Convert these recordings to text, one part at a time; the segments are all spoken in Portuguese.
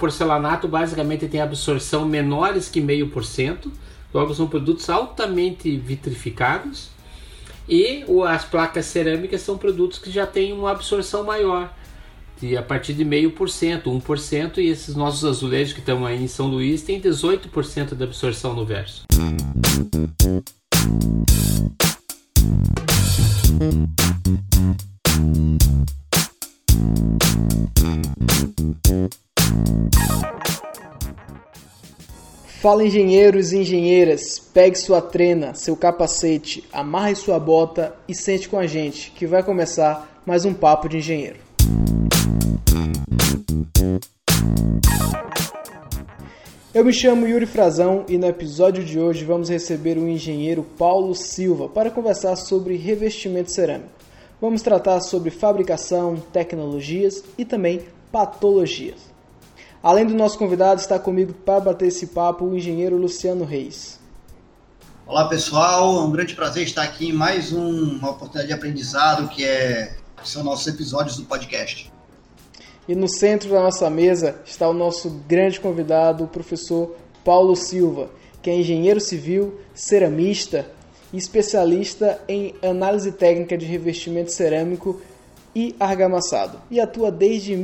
porcelanato basicamente tem absorção menores que 0,5%, logo são produtos altamente vitrificados. E as placas cerâmicas são produtos que já têm uma absorção maior, a partir de 0,5%, 1%, e esses nossos azulejos que estão aí em São Luís têm 18% de absorção no verso. Fala, engenheiros e engenheiras, pegue sua trena, seu capacete, amarre sua bota e sente com a gente, que vai começar mais um Papo de Engenheiro. Eu me chamo Yuri Frazão e no episódio de hoje vamos receber o engenheiro Paulo Silva para conversar sobre revestimento cerâmico. Vamos tratar sobre fabricação, tecnologias e também patologias. Além do nosso convidado, está comigo para bater esse papo o engenheiro Luciano Reis. Olá pessoal, é um grande prazer estar aqui em mais uma oportunidade de aprendizado que são nossos episódios do podcast. E no centro da nossa mesa está o nosso grande convidado, o professor Paulo Silva, que é engenheiro civil, ceramista e especialista em análise técnica de revestimento cerâmico e argamassado, e atua desde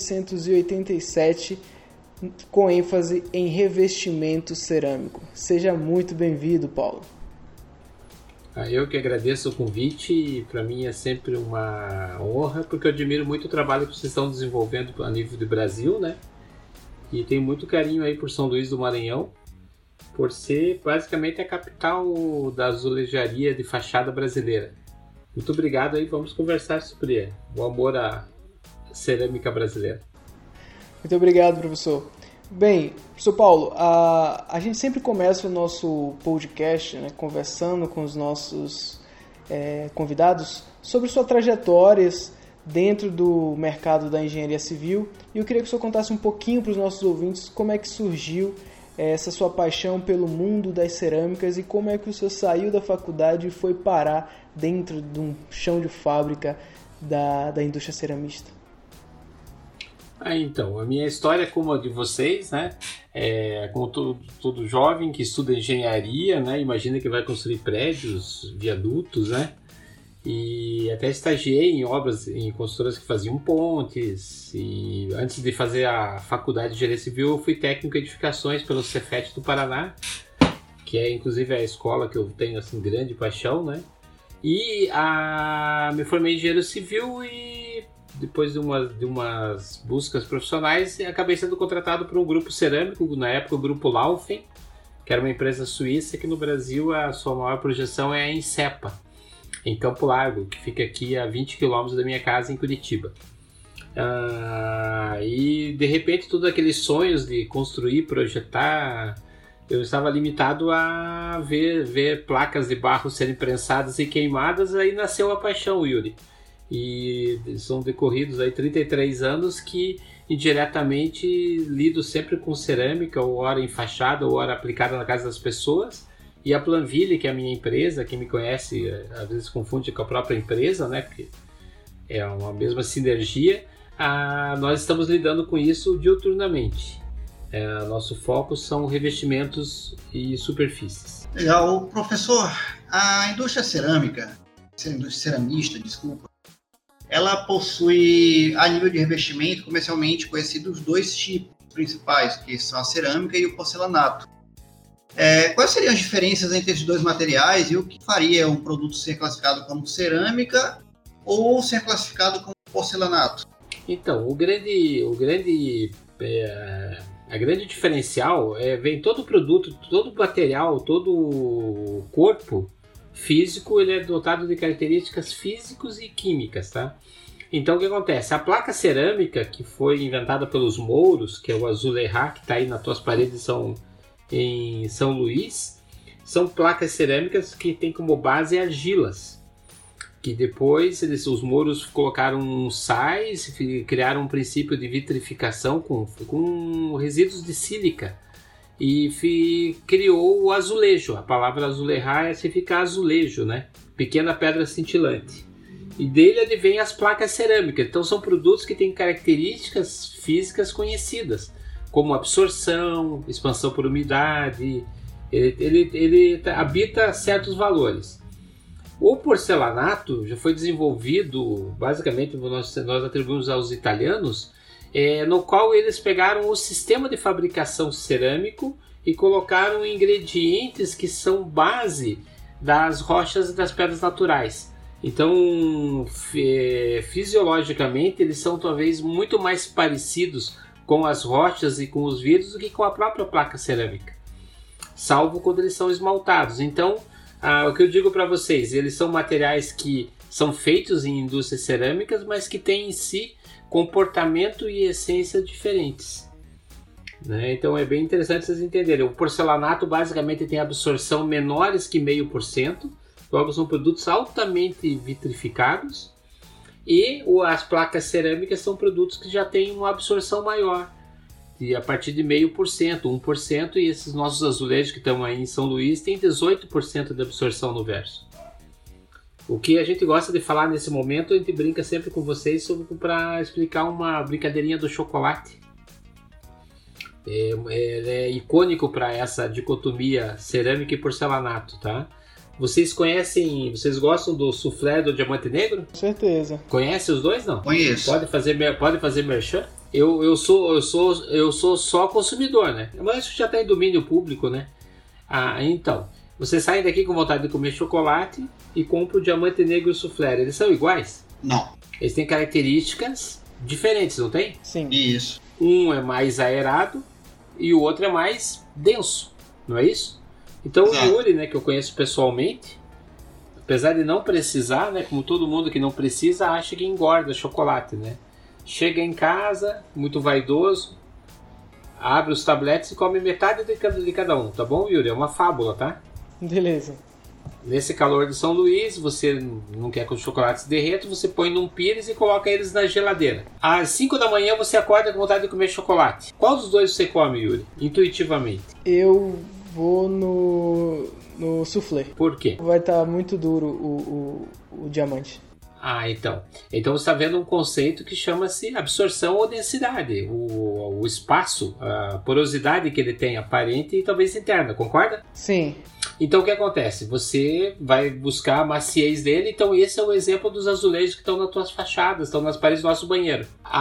1987 com ênfase em revestimento cerâmico. Seja muito bem-vindo, Paulo. Eu que agradeço o convite, e para mim é sempre uma honra, porque eu admiro muito o trabalho que vocês estão desenvolvendo a nível do Brasil, né? E tenho muito carinho aí por São Luís do Maranhão, por ser basicamente a capital da azulejaria de fachada brasileira. Muito obrigado aí, vamos conversar sobre o amor à cerâmica brasileira. Muito obrigado, professor. Bem, professor Paulo, a gente sempre começa o nosso podcast, né, conversando com os nossos convidados sobre suas trajetórias dentro do mercado da engenharia civil, e eu queria que o senhor contasse um pouquinho para os nossos ouvintes como é que surgiu essa sua paixão pelo mundo das cerâmicas e como é que o senhor saiu da faculdade e foi parar dentro de um chão de fábrica da indústria ceramista. Então, a minha história é como a de vocês, né? Como todo jovem que estuda engenharia, né? Imagina que vai construir prédios, viadutos, né? E até estagiei em obras, em construtoras que faziam pontes, e antes de fazer a faculdade de engenharia civil eu fui técnico em edificações pelo Cefet do Paraná, que é inclusive a escola que eu tenho assim grande paixão, né? E me formei em engenheiro civil e depois de umas buscas profissionais acabei sendo contratado por um grupo cerâmico, na época o grupo Laufen, que era uma empresa suíça que no Brasil a sua maior projeção é a Insepa, em Campo Largo, que fica aqui a 20 km da minha casa em Curitiba. E de repente todos aqueles sonhos de construir, projetar, eu estava limitado a ver placas de barro serem prensadas e queimadas. Aí nasceu a paixão, Yuri. E são decorridos aí 33 anos que indiretamente lido sempre com cerâmica, ou ora em fachada, ou ora aplicada na casa das pessoas. E a Planville, que é a minha empresa, quem me conhece às vezes confunde com a própria empresa, né? Porque é uma mesma sinergia. Nós estamos lidando com isso diuturnamente. Nosso foco são revestimentos e superfícies. Legal. Professor, a indústria cerâmica, a indústria ceramista, desculpa, ela possui, a nível de revestimento, comercialmente conhecidos dois tipos principais, que são a cerâmica e o porcelanato. Quais seriam as diferenças entre esses dois materiais e o que faria um produto ser classificado como cerâmica ou ser classificado como porcelanato? Então, a grande diferencial vem todo produto, todo material, todo corpo físico, ele é dotado de características físicas e químicas, tá? Então o que acontece? A placa cerâmica que foi inventada pelos mouros, que é o Azulejar, que está aí nas tuas paredes em São Luís, são placas cerâmicas que têm como base argilas, que depois os mouros colocaram sais, criaram um princípio de vitrificação com resíduos de sílica e criou o azulejo. A palavra azulejar significa azulejo, né? Pequena pedra cintilante. E dele advém as placas cerâmicas. Então são produtos que têm características físicas conhecidas. como absorção, expansão por umidade, ele habita certos valores. O porcelanato já foi desenvolvido, basicamente nós atribuímos aos italianos, no qual eles pegaram o sistema de fabricação cerâmico e colocaram ingredientes que são base das rochas e das pedras naturais. Então, fisiologicamente, eles são talvez muito mais parecidos com as rochas e com os vidros do que com a própria placa cerâmica, salvo quando eles são esmaltados. Então, o que eu digo para vocês, eles são materiais que são feitos em indústrias cerâmicas, mas que têm em si comportamento e essência diferentes, né? Então é bem interessante vocês entenderem. O porcelanato basicamente tem absorção menores que 0,5%, logo são produtos altamente vitrificados, e as placas cerâmicas são produtos que já têm uma absorção maior, a partir de 0,5%, 1%, e esses nossos azulejos que estão aí em São Luís têm 18% de absorção no verso. O que a gente gosta de falar nesse momento, a gente brinca sempre com vocês para explicar uma brincadeirinha do chocolate. É icônico para essa dicotomia cerâmica e porcelanato, tá? Vocês gostam do soufflé do diamante negro? Com certeza. Conhece os dois, não? Conheço. Pode fazer merchan? Eu sou só consumidor, né? Mas isso já está em domínio público, né? Então, você sai daqui com vontade de comer chocolate e compra o diamante negro e o soufflé. Eles são iguais? Não. Eles têm características diferentes, não tem? Sim. Isso. Um é mais aerado e o outro é mais denso, não é isso? Então Exato. O Yuri, né, que eu conheço pessoalmente, apesar de não precisar, né, como todo mundo que não precisa, acha que engorda chocolate, né? Chega em casa, muito vaidoso, abre os tabletes e come metade de cada um, tá bom, Yuri? É uma fábula, tá? Beleza. Nesse calor de São Luís, você não quer que os chocolates derretam, você põe num pires e coloca eles na geladeira. Às 5 da manhã você acorda com vontade de comer chocolate. Qual dos dois você come, Yuri? Intuitivamente. Eu vou no soufflé. Por quê? Vai estar muito duro o diamante. Então. Então você está vendo um conceito que chama-se absorção ou densidade. O espaço, a porosidade que ele tem, aparente e talvez interna, concorda? Sim. Então o que acontece? Você vai buscar a maciez dele. Então esse é o exemplo dos azulejos que estão nas tuas fachadas, estão nas paredes do nosso banheiro.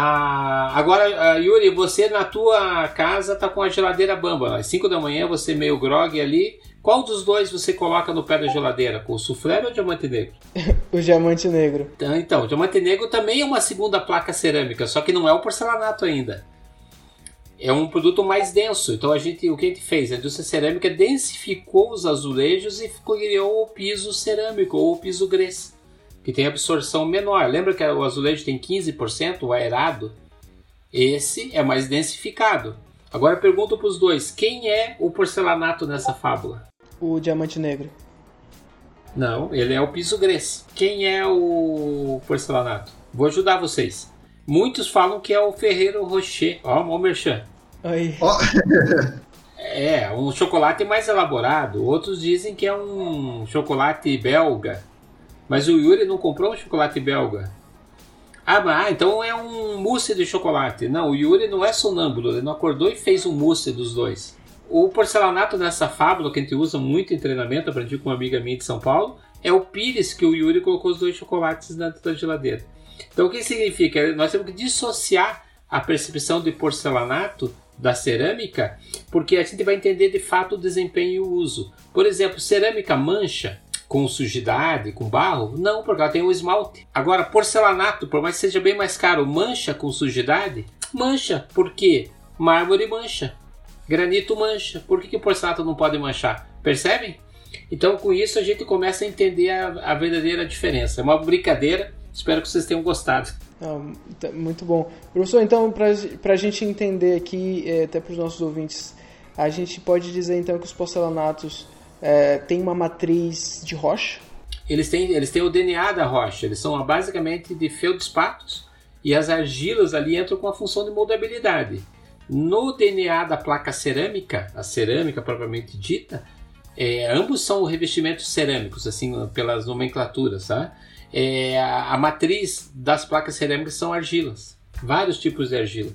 Agora, Yuri, você na tua casa está com a geladeira bamba. Às 5 da manhã você meio grog ali. Qual dos dois você coloca no pé da geladeira? Com o soufflé ou o diamante negro? O diamante negro. Então, o diamante negro também é uma segunda placa cerâmica, só que não é o porcelanato ainda. É um produto mais denso. Então o que a gente fez? A indústria cerâmica densificou os azulejos e criou o piso cerâmico ou o piso grès, que tem absorção menor. Lembra que o azulejo tem 15%, o aerado? Esse é mais densificado. Agora eu pergunto para os dois, quem é o porcelanato nessa fábula? O diamante negro. Não, ele é o piso grès. Quem é o porcelanato? Vou ajudar vocês. Muitos falam que é o Ferrero Rocher. Ó, o merchan. Aí. É, um chocolate mais elaborado. Outros dizem que é um chocolate belga. Mas o Yuri não comprou um chocolate belga. Então é um mousse de chocolate. Não, o Yuri não é sonâmbulo. Ele não acordou e fez um mousse dos dois. O porcelanato nessa fábula, que a gente usa muito em treinamento, aprendi com uma amiga minha de São Paulo, é o pires que o Yuri colocou os dois chocolates dentro da geladeira. Então o que significa? Nós temos que dissociar a percepção de porcelanato da cerâmica, porque a gente vai entender de fato o desempenho e o uso. Por exemplo, cerâmica mancha com sujidade, com barro? Não, porque ela tem o esmalte. Agora, porcelanato, por mais que seja bem mais caro, mancha com sujidade? Mancha. Por quê? Mármore mancha. Granito mancha. Por que o porcelanato não pode manchar? Percebem? Então, com isso, a gente começa a entender a verdadeira diferença. É uma brincadeira. Espero que vocês tenham gostado. Muito bom. Professor, então, para a gente entender aqui, até para os nossos ouvintes, a gente pode dizer então que os porcelanatos têm uma matriz de rocha? Eles têm o DNA da rocha. Eles são basicamente de feldspatos e as argilas ali entram com a função de moldabilidade. No DNA da placa cerâmica, a cerâmica propriamente dita, ambos são revestimentos cerâmicos, assim, pelas nomenclaturas, tá? A matriz das placas cerâmicas são argilas, vários tipos de argila.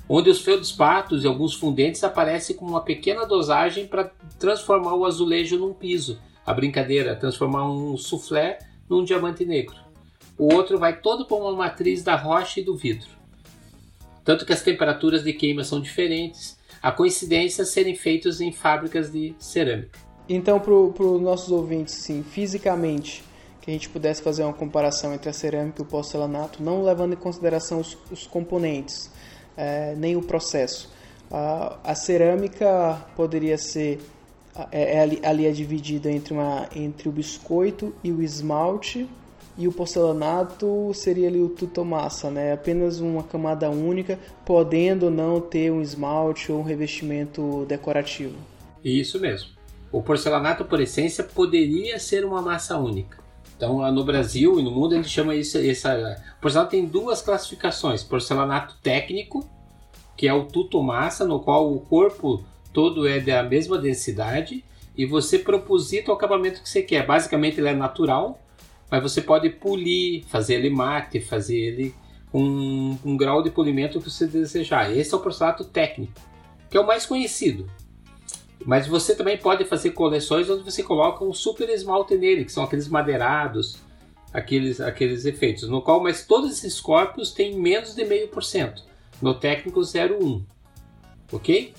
onde os feldspatos e alguns fundentes aparecem com uma pequena dosagem para transformar o azulejo num piso. A brincadeira, transformar um soufflé num diamante negro. O outro vai todo para uma matriz da rocha e do vidro. Tanto que as temperaturas de queima são diferentes. A coincidência é serem feitos em fábricas de cerâmica. Então, para os nossos ouvintes, sim, fisicamente, que a gente pudesse fazer uma comparação entre a cerâmica e o porcelanato, não levando em consideração os componentes, nem o processo. A cerâmica poderia ser, ali é dividida entre o biscoito e o esmalte, e o porcelanato seria ali o tutomassa, né? Apenas uma camada única, podendo ou não ter um esmalte ou um revestimento decorativo. Isso mesmo. O porcelanato, por essência, poderia ser uma massa única. Então, no Brasil e no mundo, a gente chama isso... O porcelanato tem duas classificações. Porcelanato técnico, que é o tutomassa, no qual o corpo todo é da mesma densidade, e você proposita o acabamento que você quer. Basicamente, ele é natural, mas você pode polir, fazer ele mate, fazer ele com um grau de polimento que você desejar. Esse é o porcelanato técnico, que é o mais conhecido. Mas você também pode fazer coleções onde você coloca um super esmalte nele, que são aqueles madeirados, aqueles efeitos, no qual, mas todos esses corpos têm menos de 0,5%. No técnico 0,1%. Ok?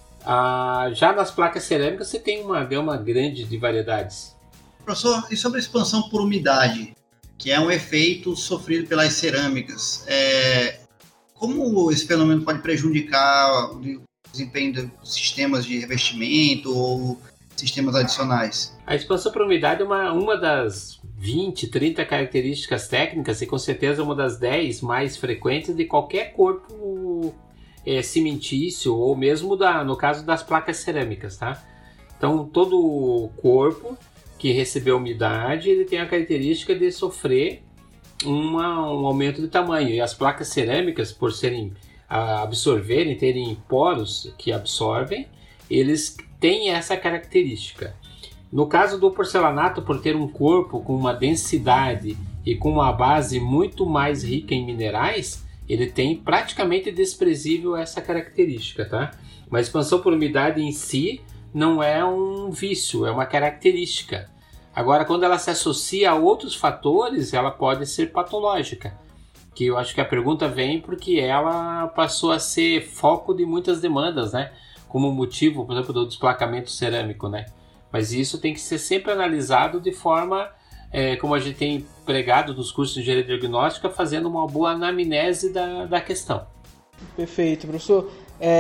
Já nas placas cerâmicas você tem uma gama grande de variedades. Professor, e sobre a expansão por umidade, que é um efeito sofrido pelas cerâmicas, como esse fenômeno pode prejudicar o desempenho de sistemas de revestimento ou sistemas adicionais? A expansão por umidade é uma das 20, 30 características técnicas e com certeza uma das 10 mais frequentes de qualquer corpo cimentício ou mesmo no caso das placas cerâmicas, tá? Então todo corpo que recebeu umidade, ele tem a característica de sofrer um aumento de tamanho. E as placas cerâmicas, por terem poros que absorvem, eles têm essa característica. No caso do porcelanato, por ter um corpo com uma densidade e com uma base muito mais rica em minerais, ele tem praticamente desprezível essa característica, tá? Mas a expansão por umidade em si não é um vício, é uma característica. Agora, quando ela se associa a outros fatores, ela pode ser patológica. Que eu acho que a pergunta vem porque ela passou a ser foco de muitas demandas, né? Como motivo, por exemplo, do desplacamento cerâmico, né? Mas isso tem que ser sempre analisado de forma, como a gente tem pregado nos cursos de engenharia diagnóstica, fazendo uma boa anamnese da questão. Perfeito, professor.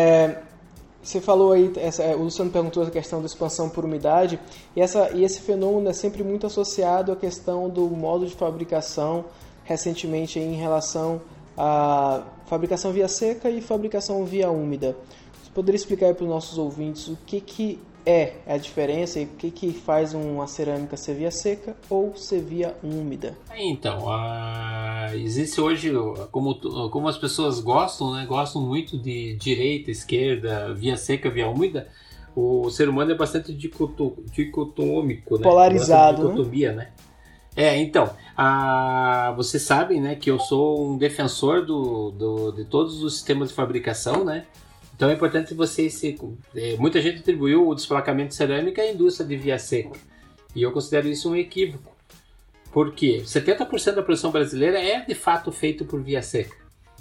Você falou aí, o Luciano perguntou a questão da expansão por umidade, e esse fenômeno é sempre muito associado à questão do modo de fabricação, recentemente em relação à fabricação via seca e fabricação via úmida. Você poderia explicar aí para os nossos ouvintes o que é a diferença e o que faz uma cerâmica ser via seca ou ser via úmida? Então, existe hoje, como as pessoas gostam, né? Gostam muito de direita, esquerda, via seca, via úmida. O ser humano é bastante dicotômico, né? Polarizado, dicotomia, né? Então, vocês sabem, né, que eu sou um defensor de todos os sistemas de fabricação, né? Então é importante vocês muita gente atribuiu o desplacamento de cerâmica à indústria de via seca. E eu considero isso um equívoco. Porque 70% da produção brasileira é de fato feito por via seca.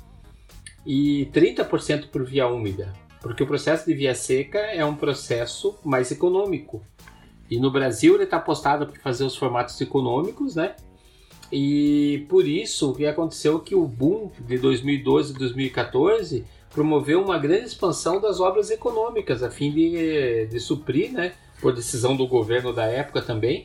E 30% por via úmida. Porque o processo de via seca é um processo mais econômico. E no Brasil ele está apostado para fazer os formatos econômicos, né? E por isso o que aconteceu é que o boom de 2012 e 2014 promoveu uma grande expansão das obras econômicas a fim de suprir, né, por decisão do governo da época também,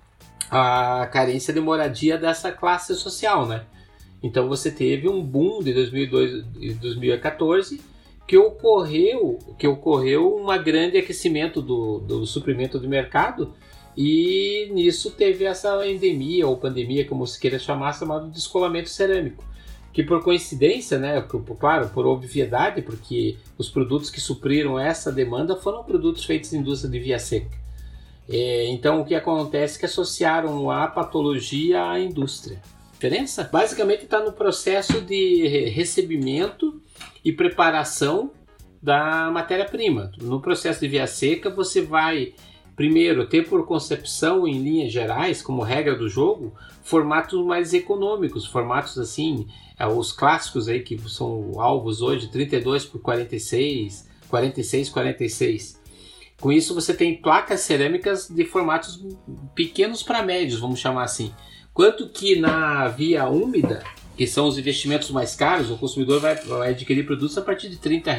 a carência de moradia dessa classe social, né? Então você teve um boom de 2002 e 2014 que ocorreu um grande aquecimento do suprimento do mercado, e nisso teve essa endemia ou pandemia, como se queira chamar, chamado descolamento cerâmico, que por coincidência, né, claro, por obviedade, porque os produtos que supriram essa demanda foram produtos feitos em indústria de via seca. Então o que acontece é que associaram a patologia à indústria. A diferença basicamente está no processo de recebimento e preparação da matéria-prima. No processo de via seca, você vai primeiro ter por concepção, em linhas gerais, como regra do jogo, formatos mais econômicos, formatos assim, os clássicos aí que são alvos hoje, 32 por 46, 46 por 46. Com isso você tem placas cerâmicas de formatos pequenos para médios, vamos chamar assim. Quanto que na via úmida, que são os investimentos mais caros, o consumidor vai adquirir produtos a partir de R$30,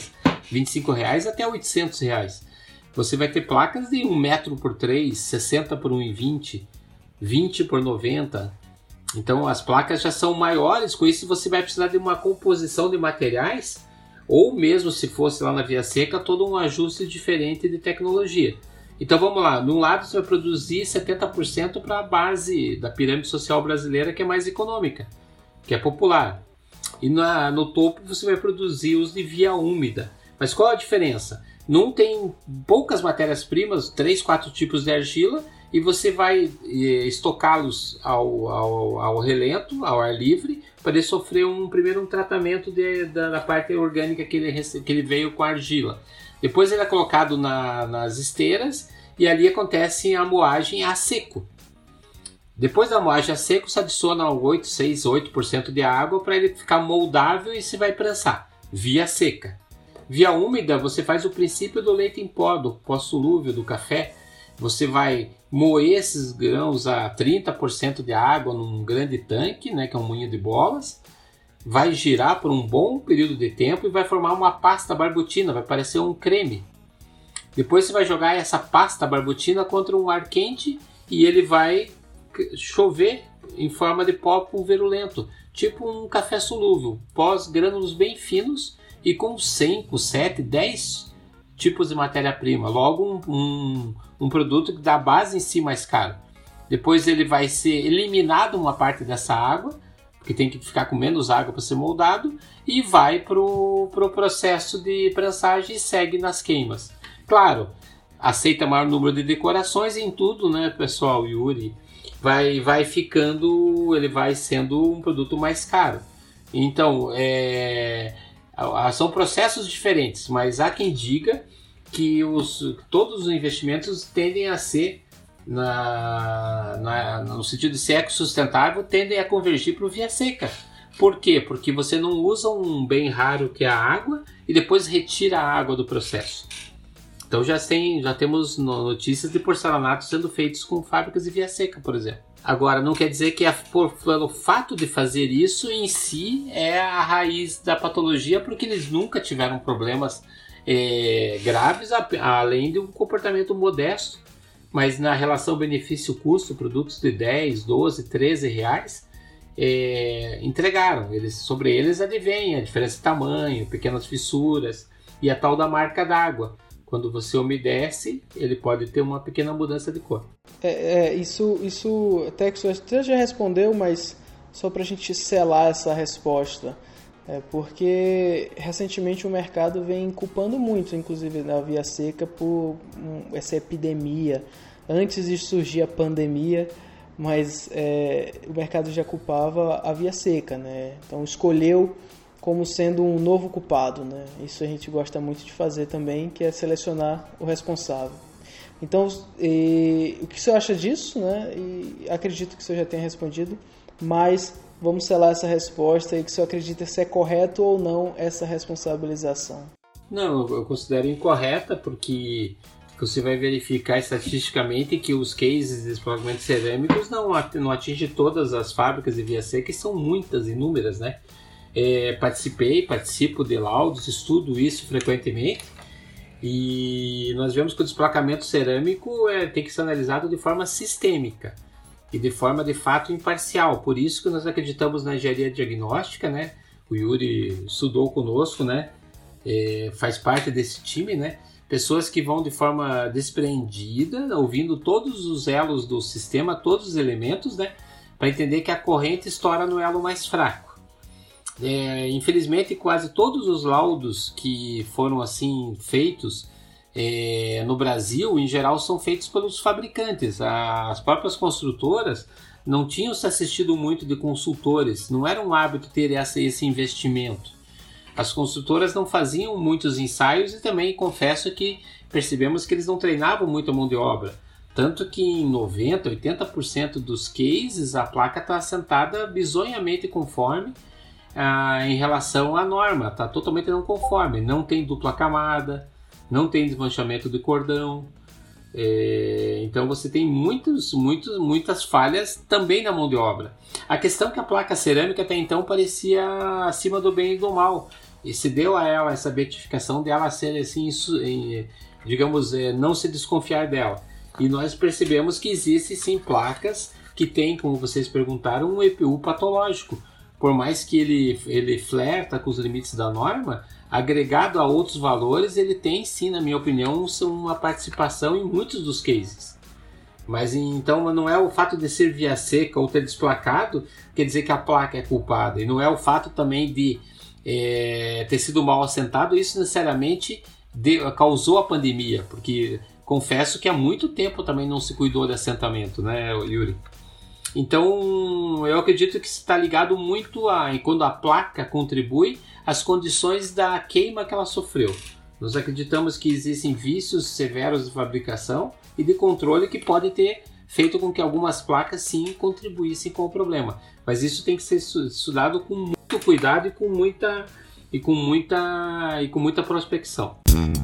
R$25 até R$800. Você vai ter placas de 1 metro por 3, 60 por 1,20, 20 por 90. Então as placas já são maiores, com isso você vai precisar de uma composição de materiais, ou mesmo se fosse lá na via seca, todo um ajuste diferente de tecnologia. Então vamos lá, num lado você vai produzir 70% para a base da pirâmide social brasileira, que é mais econômica, que é popular. E no topo você vai produzir os de via úmida. Mas qual a diferença? Num tem poucas matérias-primas, 3, 4 tipos de argila, e você vai estocá-los ao relento, ao ar livre, para ele sofrer primeiro um tratamento da parte orgânica que ele veio com a argila. Depois ele é colocado nas esteiras e ali acontece a moagem a seco. Depois da moagem a seco, se adiciona 8% de água para ele ficar moldável e se vai prensar, via seca. Via úmida, você faz o princípio do leite em pó, do pó solúvel, do café. Você vai moer esses grãos a 30% de água num grande tanque, né, que é um moinho de bolas. Vai girar por um bom período de tempo e vai formar uma pasta barbutina, vai parecer um creme. Depois você vai jogar essa pasta barbutina contra um ar quente e ele vai chover em forma de pó pulverulento, tipo um café solúvel, pós-grânulos bem finos e com 5, 7, 10 tipos de matéria-prima. Logo um produto da base em si mais caro. Depois ele vai ser eliminado uma parte dessa água, porque tem que ficar com menos água para ser moldado, e vai para o processo de prensagem e segue nas queimas. Claro, aceita maior número de decorações em tudo, né, pessoal? Yuri vai ficando, ele vai sendo um produto mais caro. Então, são processos diferentes, mas há quem diga que todos os investimentos tendem a ser, no sentido de ser eco-sustentável, tendem a convergir para o via seca. Por quê? Porque você não usa um bem raro que é a água e depois retira a água do processo. Então já temos notícias de porcelanatos sendo feitos com fábricas de via seca, por exemplo. Agora, não quer dizer que pelo fato de fazer isso em si é a raiz da patologia, porque eles nunca tiveram problemas graves, além de um comportamento modesto. Mas na relação benefício-custo, produtos de 10, 12, 13 reais entregaram. Sobre eles advém a diferença de tamanho, pequenas fissuras e a tal da marca d'água. Quando você umedece, ele pode ter uma pequena mudança de cor. Isso até que você já respondeu, mas só para a gente selar essa resposta. Porque recentemente o mercado vem culpando muito, inclusive na via seca, por essa epidemia. Antes de surgir a pandemia, mas o mercado já culpava a via seca, né? Então escolheu como sendo um novo culpado, né? Isso a gente gosta muito de fazer também, que é selecionar o responsável. Então, o que você acha disso, né? E acredito que você já tenha respondido, mas vamos selar essa resposta e que você acredita se é correto ou não essa responsabilização. Não, eu considero incorreta, porque você vai verificar estatisticamente que os cases de esplagamentos cerâmicos não atingem todas as fábricas de via seca, e são muitas, inúmeras, né? Participo de laudos, estudo isso frequentemente, e nós vemos que o desplacamento cerâmico tem que ser analisado de forma sistêmica e de forma de fato imparcial. Por isso que nós acreditamos na engenharia diagnóstica, né? O Yuri estudou conosco, né? Faz parte desse time, né? Pessoas que vão de forma despreendida, ouvindo todos os elos do sistema, todos os elementos, né? Para entender que a corrente estoura no elo mais fraco. Infelizmente, quase todos os laudos que foram assim feitos no Brasil, em geral, são feitos pelos fabricantes. As próprias construtoras não tinham se assistido muito de consultores, não era um hábito ter esse investimento. as construtoras não faziam muitos ensaios e também confesso que percebemos que eles não treinavam muito a mão de obra. Tanto que em 90%, 80% dos cases a placa está assentada bizonhamente conforme em relação à norma, está totalmente não conforme, não tem dupla camada, não tem desmanchamento de cordão, então você tem muitas falhas também na mão de obra. A questão é que a placa cerâmica até então parecia acima do bem e do mal, e se deu a ela essa beatificação dela ser assim, digamos, não se desconfiar dela. E nós percebemos que existem sim placas que têm, como vocês perguntaram, um EPU patológico. Por mais que ele flerta com os limites da norma, agregado a outros valores, ele tem sim, na minha opinião, uma participação em muitos dos cases. Mas então não é o fato de ser via seca ou ter desplacado, quer dizer que a placa é culpada. E não é o fato também de ter sido mal assentado, isso necessariamente causou a pandemia, porque confesso que há muito tempo também não se cuidou de assentamento, né, Yuri? Então, eu acredito que está ligado muito quando a placa contribui às condições da queima que ela sofreu. Nós acreditamos que existem vícios severos de fabricação e de controle que podem ter feito com que algumas placas sim contribuíssem com o problema. Mas isso tem que ser estudado com muito cuidado e com muita prospecção.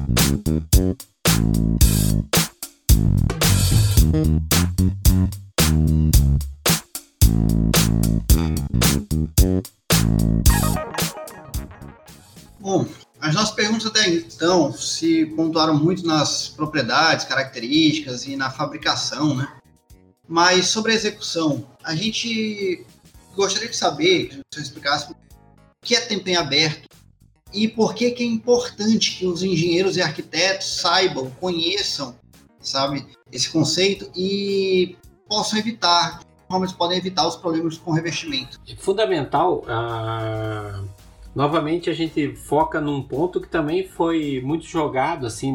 Bom, as nossas perguntas até então se pontuaram muito nas propriedades, características e na fabricação, né? Mas sobre a execução, a gente gostaria de saber, que você explicasse o que é tempo em aberto e por que é importante que os engenheiros e arquitetos saibam, conheçam, sabe, esse conceito e possam evitar, como eles podem evitar os problemas com revestimento. É fundamental. Novamente a gente foca num ponto que também foi muito jogado assim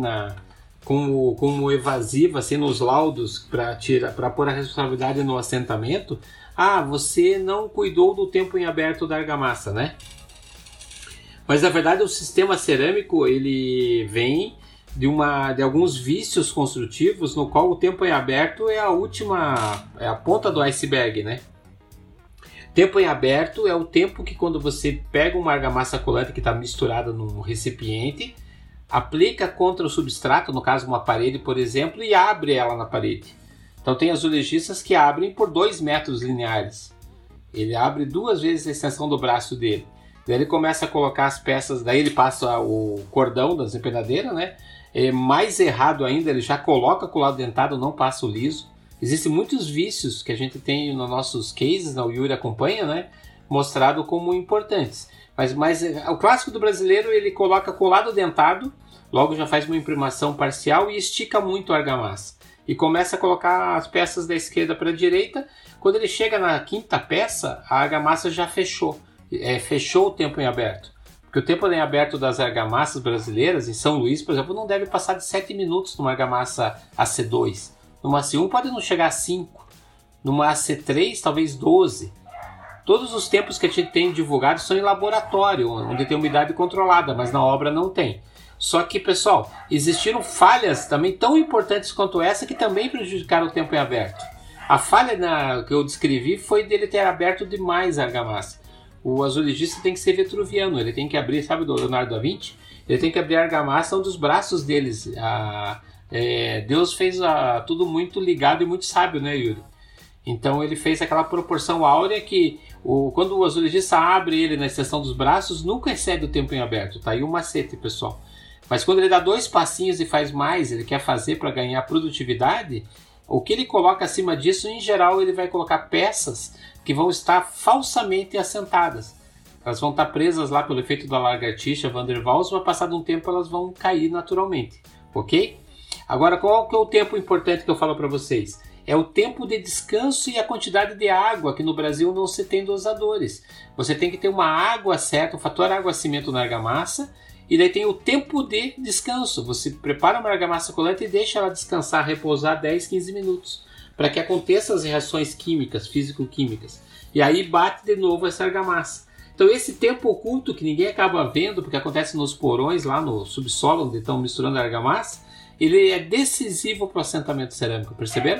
como evasivo assim, nos laudos para pôr a responsabilidade no assentamento. Você não cuidou do tempo em aberto da argamassa, né? Mas na verdade o sistema cerâmico ele vem de alguns vícios construtivos no qual o tempo em aberto é a ponta do iceberg, né? Tempo em aberto é o tempo que quando você pega uma argamassa colante que está misturada num recipiente, aplica contra o substrato, no caso uma parede, por exemplo, e abre ela na parede. Então tem azulejistas que abrem por 2 metros lineares. Ele abre 2 vezes a extensão do braço dele. Daí ele começa a colocar as peças, daí ele passa o cordão da desempenadeira, né? Mais errado ainda, ele já coloca com o lado dentado, não passa o liso. Existem muitos vícios que a gente tem nos nossos cases, o Yuri acompanha, né? Mostrado como importantes. Mas o clássico do brasileiro, ele coloca com o lado dentado, logo já faz uma imprimação parcial e estica muito a argamassa. E começa a colocar as peças da esquerda para a direita. Quando ele chega na 5ª peça, a argamassa já fechou. Fechou o tempo em aberto. Porque o tempo em aberto das argamassas brasileiras, em São Luís, por exemplo, não deve passar de 7 minutos numa argamassa AC2. Numa AC1 pode não chegar a 5. Numa AC3, talvez 12. Todos os tempos que a gente tem divulgado são em laboratório, onde tem umidade controlada, mas na obra não tem. Só que, pessoal, existiram falhas também tão importantes quanto essa que também prejudicaram o tempo em aberto. A falha que eu descrevi foi dele ter aberto demais a argamassa. O azulejista tem que ser vitruviano, ele tem que abrir, sabe do Leonardo da Vinci? Ele tem que abrir a argamassa dos braços deles. Deus fez tudo muito ligado e muito sábio, né, Yuri? Então ele fez aquela proporção áurea que quando o azulejista abre ele na extensão dos braços, nunca excede o tempo em aberto. Tá aí o macete, pessoal. Mas quando ele dá 2 passinhos e faz mais, ele quer fazer para ganhar produtividade, o que ele coloca acima disso, em geral, ele vai colocar peças que vão estar falsamente assentadas. Elas vão estar presas lá pelo efeito da lagartixa, Van der Waals, mas passado um tempo elas vão cair naturalmente, ok? Agora, qual que é o tempo importante que eu falo para vocês? É o tempo de descanso e a quantidade de água, que no Brasil não se tem dosadores. Você tem que ter uma água certa, um fator água-cimento na argamassa, e daí tem o tempo de descanso. Você prepara uma argamassa colante e deixa ela descansar, repousar 10, 15 minutos, para que aconteçam as reações químicas, físico-químicas. E aí bate de novo essa argamassa. Então esse tempo oculto que ninguém acaba vendo, porque acontece nos porões, lá no subsolo, onde estão misturando a argamassa, ele é decisivo para o assentamento cerâmico, perceberam?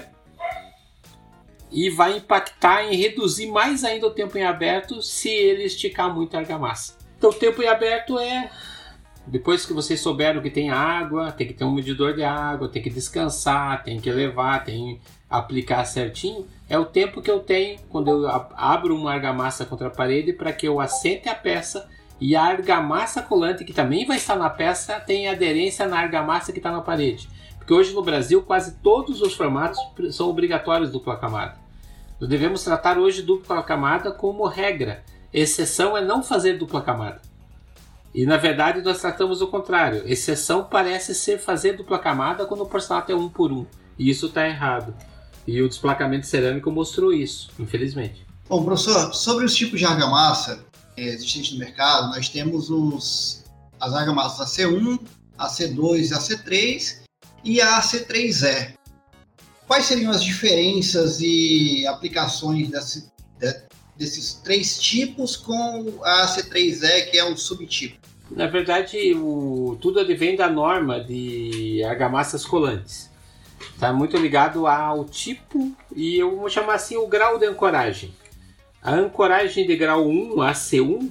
E vai impactar em reduzir mais ainda o tempo em aberto se ele esticar muito a argamassa. Então o tempo em aberto é... Depois que vocês souberam que tem água, tem que ter um medidor de água, tem que descansar, tem que levar, tem que aplicar certinho. É o tempo que eu tenho quando eu abro uma argamassa contra a parede para que eu assente a peça e a argamassa colante, que também vai estar na peça, tenha aderência na argamassa que está na parede. Porque hoje no Brasil quase todos os formatos são obrigatórios dupla camada. Nós devemos tratar hoje dupla camada como regra. Exceção é não fazer dupla camada. E na verdade nós tratamos o contrário. Exceção parece ser fazer dupla camada quando o porcelanato é 1 por 1. E isso está errado. E o desplacamento cerâmico mostrou isso, infelizmente. Bom, professor, sobre os tipos de argamassa existentes no mercado, nós temos as argamassas AC1, AC2 e AC3 e a AC3E. Quais seriam as diferenças e aplicações desses 3 tipos com a AC3E, que é um subtipo? Na verdade, tudo advém da norma de argamassas colantes. Está muito ligado ao tipo e eu vou chamar assim o grau de ancoragem. A ancoragem de grau 1, AC1,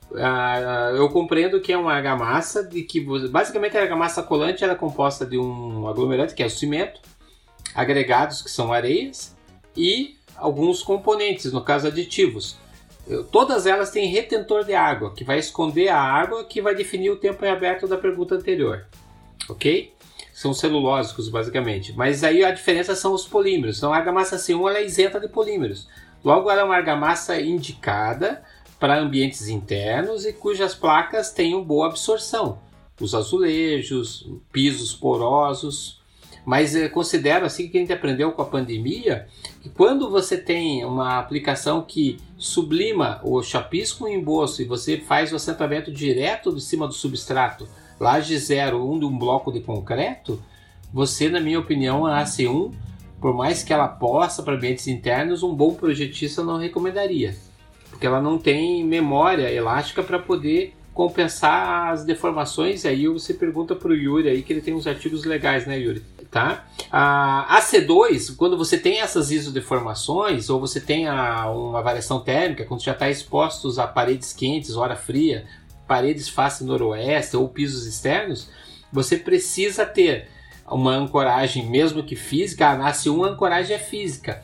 eu compreendo que é uma argamassa de que basicamente a argamassa colante ela é composta de um aglomerante, que é o cimento, agregados, que são areias, e alguns componentes, no caso aditivos. Todas elas têm retentor de água, que vai esconder a água, que vai definir o tempo em aberto da pergunta anterior. Ok? São celulósicos, basicamente. Mas aí a diferença são os polímeros. Então a argamassa C1 ela é isenta de polímeros. Logo, ela é uma argamassa indicada para ambientes internos e cujas placas tenham boa absorção. Os azulejos, pisos porosos. Mas eu considero, assim que a gente aprendeu com a pandemia, que quando você tem uma aplicação que sublima o chapisco e o emboço e você faz o assentamento direto de cima do substrato, laje 0, de um bloco de concreto, você, na minha opinião, a AC1, por mais que ela possa para ambientes internos, um bom projetista não recomendaria. Porque ela não tem memória elástica para poder compensar as deformações. Aí você pergunta para o Yuri aí, que ele tem uns artigos legais, né, Yuri? Tá? A AC2, quando você tem essas isodeformações, ou você tem uma variação térmica, quando já está expostos a paredes quentes, hora fria, paredes face noroeste ou pisos externos, você precisa ter uma ancoragem, mesmo que física. Na AC1 a ancoragem é física.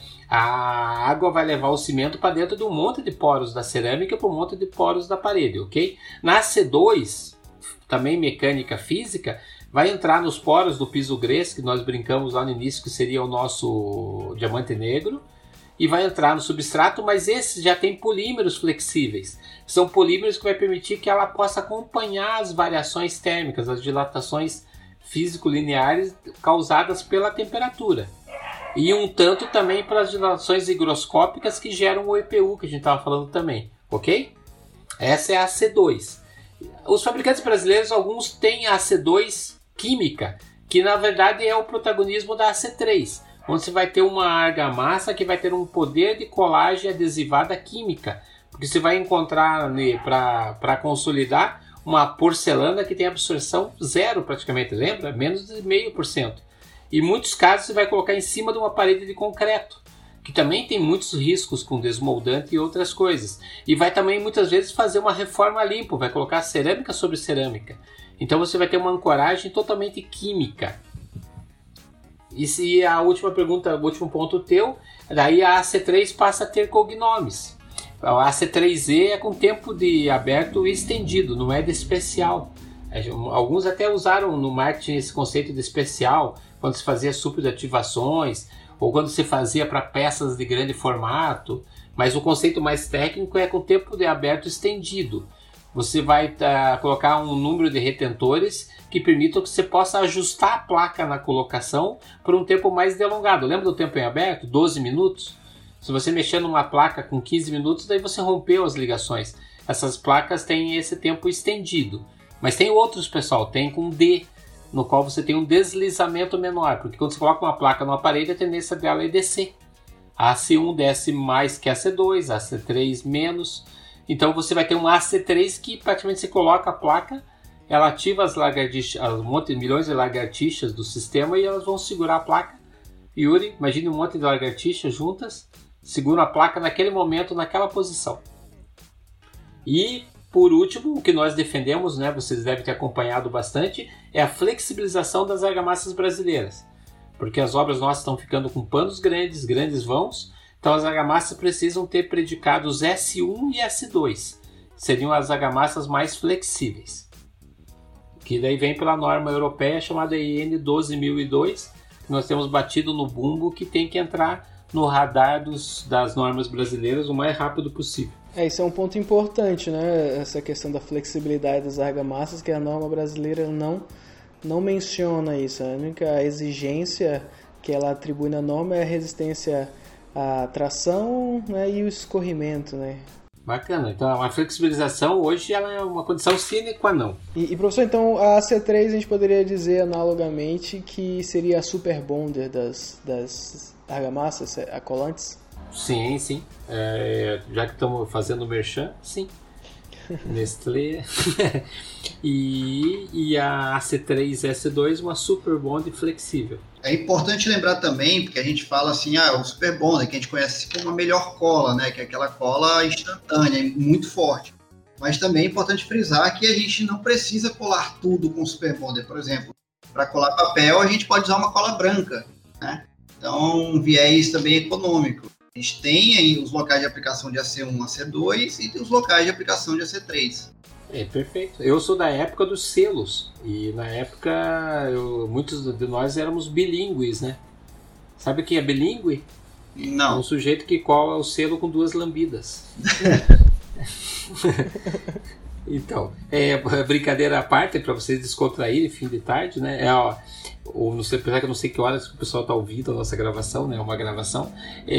A água vai levar o cimento para dentro de um monte de poros da cerâmica para um monte de poros da parede, ok? Na AC2, também mecânica física, vai entrar nos poros do piso grés, que nós brincamos lá no início, que seria o nosso diamante negro, e vai entrar no substrato, mas esses já tem polímeros flexíveis. São polímeros que vai permitir que ela possa acompanhar as variações térmicas, as dilatações físico-lineares causadas pela temperatura. E um tanto também pelas dilatações higroscópicas que geram o EPU, que a gente estava falando também, ok? Essa é a AC2. Os fabricantes brasileiros, alguns têm a AC2 química, que na verdade é o protagonismo da AC3, onde você vai ter uma argamassa que vai ter um poder de colagem adesivada química, porque você vai encontrar para consolidar uma porcelana que tem absorção zero praticamente, lembra? Menos de 0,5%. Em muitos casos você vai colocar em cima de uma parede de concreto, que também tem muitos riscos com desmoldante e outras coisas. E vai também muitas vezes fazer uma reforma limpo, vai colocar cerâmica sobre cerâmica. Então você vai ter uma ancoragem totalmente química. E se a última pergunta, o último ponto teu, daí a AC3 passa a ter cognomes. A AC3E é com tempo de aberto estendido, não é de especial. Alguns até usaram no marketing esse conceito de especial, quando se fazia superativações, ou quando se fazia para peças de grande formato, mas o conceito mais técnico é com tempo de aberto estendido. Você vai colocar um número de retentores que permitam que você possa ajustar a placa na colocação por um tempo mais delongado. Lembra do tempo em aberto? 12 minutos? Se você mexer numa placa com 15 minutos, daí você rompeu as ligações. Essas placas têm esse tempo estendido. Mas tem outros, pessoal, tem com D, no qual você tem um deslizamento menor, porque quando você coloca uma placa numa parede, a tendência dela é descer. A AC1 desce mais que a AC2, a AC3 menos. Então você vai ter um AC3 que praticamente você coloca a placa, ela ativa as lagartixas, milhões de lagartixas do sistema e elas vão segurar a placa. Yuri, imagine um monte de lagartixas juntas, segura a placa naquele momento, naquela posição. E, por último, o que nós defendemos, né, vocês devem ter acompanhado bastante, é a flexibilização das argamassas brasileiras. Porque as obras nossas estão ficando com panos grandes vãos, então as argamassas precisam ter predicados S1 e S2. Seriam as argamassas mais flexíveis. Que daí vem pela norma europeia chamada EN 12002, que nós temos batido no bumbo que tem que entrar no radar das normas brasileiras o mais rápido possível. Isso é um ponto importante, né? Essa questão da flexibilidade das argamassas, que a norma brasileira não menciona isso. A única exigência que ela atribui na norma é a resistência à tração, né, e o escorrimento, né? Bacana. Então, a flexibilização hoje ela é uma condição sine qua non. E professor, então a C3 a gente poderia dizer analogamente que seria a super bonder das argamassas acolantes? Sim. Já que estamos fazendo merchan, sim. Nestlé. e a C3S2, uma super bond flexível. É importante lembrar também, porque a gente fala assim, o super bonder, que a gente conhece como a melhor cola, né? Que é aquela cola instantânea, muito forte. Mas também é importante frisar que a gente não precisa colar tudo com super bonder. Por exemplo, para colar papel, a gente pode usar uma cola branca, né? Então, um viés também econômico. A gente tem aí os locais de aplicação de AC1 a AC2 e os locais de aplicação de AC3. Perfeito. Eu sou da época dos selos. E na época, muitos de nós éramos bilíngues, né? Sabe o que é bilíngue? Não. É um sujeito que cola o selo com 2 lambidas. Então, brincadeira à parte, para vocês descontraírem, fim de tarde, né? Não sei, apesar que eu não sei que horas que o pessoal está ouvindo a nossa gravação, né? Uma gravação.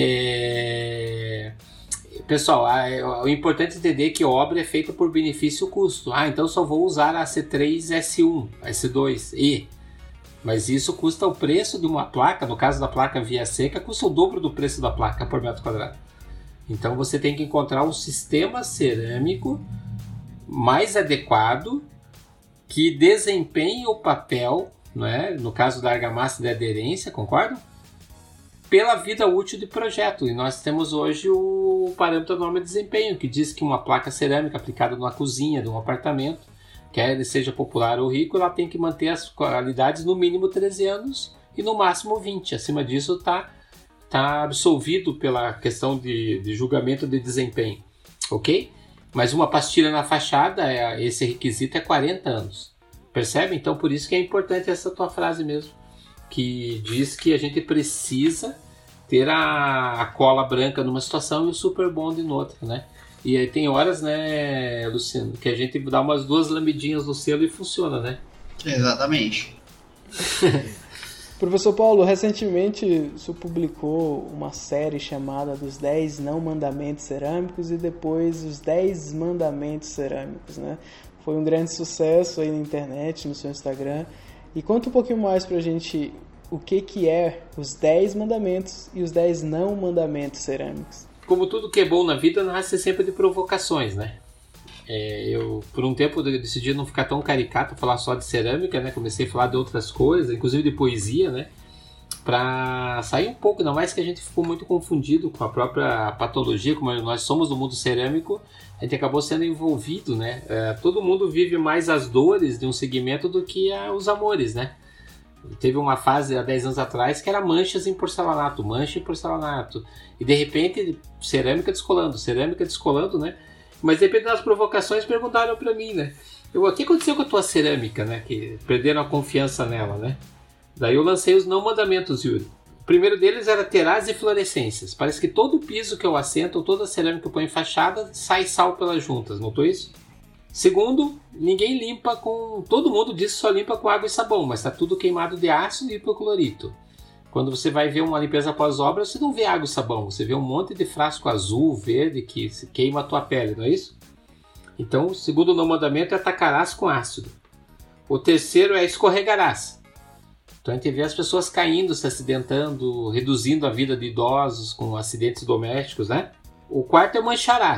Pessoal, o importante é entender que a obra é feita por benefício-custo. Então só vou usar a C3S1, a S2E. Mas isso custa o preço de uma placa, no caso da placa via seca, custa o dobro do preço da placa por metro quadrado. Então você tem que encontrar um sistema cerâmico mais adequado que desempenhe o papel, né, no caso da argamassa de aderência, concordam? Pela vida útil de projeto. E nós temos hoje o parâmetro da norma de desempenho, que diz que uma placa cerâmica aplicada numa cozinha de um apartamento, quer ele seja popular ou rico, ela tem que manter as qualidades no mínimo 13 anos e no máximo 20. Acima disso está absolvido pela questão de julgamento de desempenho. Ok? Mas uma pastilha na fachada, esse requisito é 40 anos. Percebe? Então, por isso que é importante essa tua frase mesmo, que diz que a gente precisa ter a cola branca numa situação e o super bond em outra, né? E aí tem horas, né, Luciano, que a gente dá umas 2 lambidinhas no selo e funciona, né? Exatamente. Professor Paulo, recentemente o senhor publicou uma série chamada dos 10 não mandamentos cerâmicos e depois os 10 mandamentos cerâmicos, né? Foi um grande sucesso aí na internet, no seu Instagram. E conta um pouquinho mais pra gente o que é os 10 mandamentos e os 10 não mandamentos cerâmicos. Como tudo que é bom na vida, nasce sempre de provocações, né? Eu, por um tempo, decidi não ficar tão caricato, falar só de cerâmica, né? Comecei a falar de outras coisas, inclusive de poesia, né? Para sair um pouco, ainda mais que a gente ficou muito confundido com a própria patologia, como nós somos do mundo cerâmico, a gente acabou sendo envolvido, né? Todo mundo vive mais as dores de um segmento do que os amores, né? Teve uma fase há 10 anos atrás que era mancha em porcelanato, e de repente cerâmica descolando, né? Mas dependendo das provocações, perguntaram para mim, né? O que aconteceu com a tua cerâmica, né? Que perderam a confiança nela, né? Daí eu lancei os não mandamentos, Yuri. O primeiro deles era terás e fluorescências. Parece que todo piso que eu assento, toda a cerâmica que eu ponho em fachada, sai sal pelas juntas, notou isso? Segundo, ninguém limpa com... Todo mundo diz que só limpa com água e sabão, mas está tudo queimado de ácido e hipoclorito. Quando você vai ver uma limpeza pós-obra, você não vê água e sabão, você vê um monte de frasco azul, verde, que queima a tua pele, não é isso? Então, o segundo não mandamento é atacarás com ácido. O terceiro é escorregarás. Então a gente vê as pessoas caindo, se acidentando, reduzindo a vida de idosos com acidentes domésticos, né? O quarto é mancharás.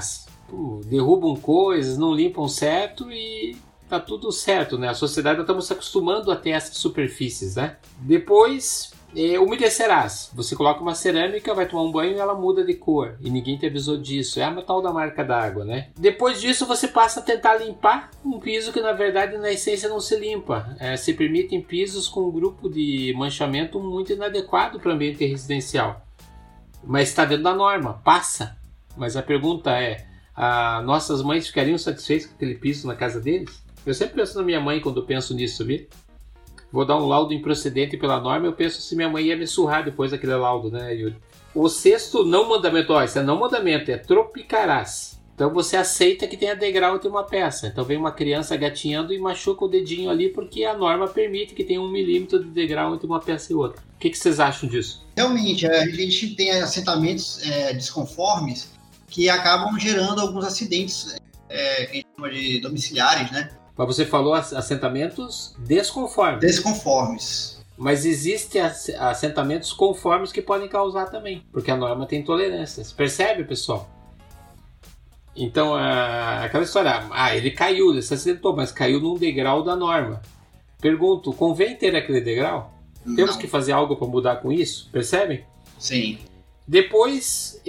derrubam coisas, não limpam certo e tá tudo certo, né? A sociedade, nós estamos se acostumando a ter essas superfícies, né? Depois, umedecerás. Você coloca uma cerâmica, vai tomar um banho e ela muda de cor. E ninguém te avisou disso. É a tal da marca d'água, né? Depois disso, você passa a tentar limpar um piso que, na verdade, na essência não se limpa. Se permitem pisos com um grupo de manchamento muito inadequado para o ambiente residencial. Mas está dentro da norma. Passa. Mas a pergunta é, nossas mães ficariam satisfeitas com aquele piso na casa deles? Eu sempre penso na minha mãe quando eu penso nisso, sabia? Vou dar um laudo improcedente pela norma, eu penso se minha mãe ia me surrar depois daquele laudo, né, Yuri? O sexto não mandamento, isso é não mandamento, é tropicarás. Então você aceita que tenha degrau entre uma peça. Então vem uma criança gatinhando e machuca o dedinho ali porque a norma permite que tenha 1 milímetro de degrau entre uma peça e outra. O que vocês acham disso? Realmente, a gente tem assentamentos desconformes que acabam gerando alguns acidentes que a gente chama de domiciliares, né? Mas você falou assentamentos desconformes. Desconformes. Mas existem assentamentos conformes que podem causar também, porque a norma tem tolerâncias. Percebe, pessoal? Então, aquela história, ele caiu, ele se acidentou, mas caiu num degrau da norma. Pergunto, convém ter aquele degrau? Não. Temos que fazer algo para mudar com isso? Percebem? Sim. Depois,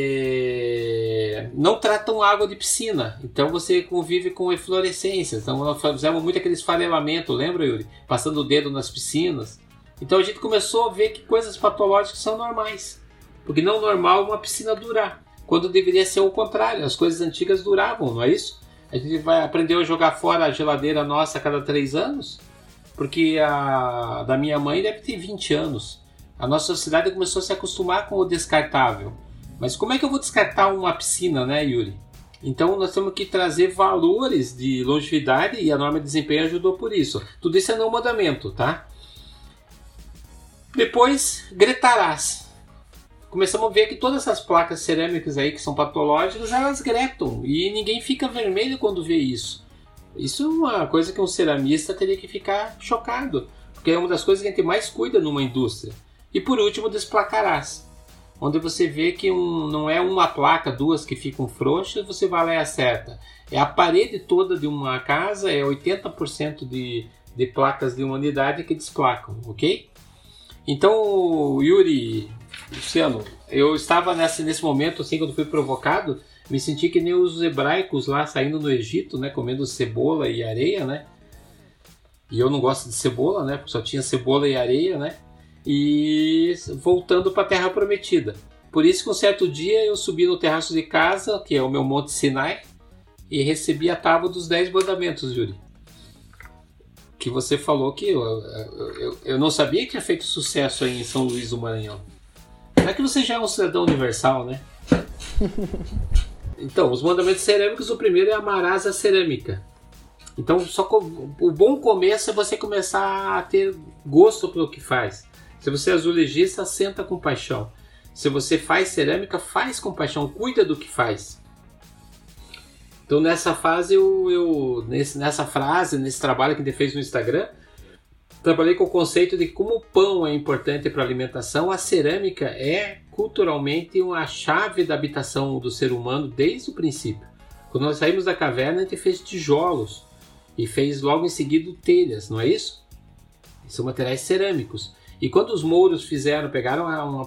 não tratam água de piscina, então você convive com eflorescências. Então nós fizemos muito aquele esfarelamento, lembra, Yuri? Passando o dedo nas piscinas. Então a gente começou a ver que coisas patológicas são normais. Porque não normal uma piscina durar, quando deveria ser o contrário, as coisas antigas duravam, não é isso? A gente vai aprender a jogar fora a geladeira nossa a cada 3 anos, porque a da minha mãe deve ter 20 anos. A nossa sociedade começou a se acostumar com o descartável. Mas como é que eu vou descartar uma piscina, né, Yuri? Então nós temos que trazer valores de longevidade e a norma de desempenho ajudou por isso. Tudo isso é não mandamento, tá? Depois, gretarás. Começamos a ver que todas essas placas cerâmicas aí que são patológicas, elas gretam. E ninguém fica vermelho quando vê isso. Isso é uma coisa que um ceramista teria que ficar chocado. Porque é uma das coisas que a gente mais cuida numa indústria. E por último, desplacarás, onde você vê que não é uma placa, 2 que ficam frouxas, você vai lá e acerta. É a parede toda de uma casa, é 80% de placas de uma unidade que desplacam, ok? Então, Yuri, Luciano, eu estava nesse momento, assim, quando fui provocado, me senti que nem os hebraicos lá saindo no Egito, né, comendo cebola e areia, né? E eu não gosto de cebola, né, porque só tinha cebola e areia, né? E voltando para a Terra Prometida. Por isso que um certo dia eu subi no terraço de casa, que é o meu Monte Sinai, e recebi a tábua dos 10 mandamentos, Yuri. Que você falou que eu não sabia que tinha feito sucesso aí em São Luís do Maranhão. Não é que você já é um cidadão universal, né? Então, os mandamentos cerâmicos, o primeiro é amarás a cerâmica. Então, o bom começo é você começar a ter gosto pelo que faz. Se você é azulejista, senta com paixão. Se você faz cerâmica, faz com paixão, cuida do que faz. Então nessa fase, nesse trabalho que a gente fez no Instagram, trabalhei com o conceito de que como o pão é importante para a alimentação, a cerâmica é culturalmente uma chave da habitação do ser humano desde o princípio. Quando nós saímos da caverna, a gente fez tijolos e fez logo em seguida telhas, não é isso? São materiais cerâmicos. E quando os mouros pegaram um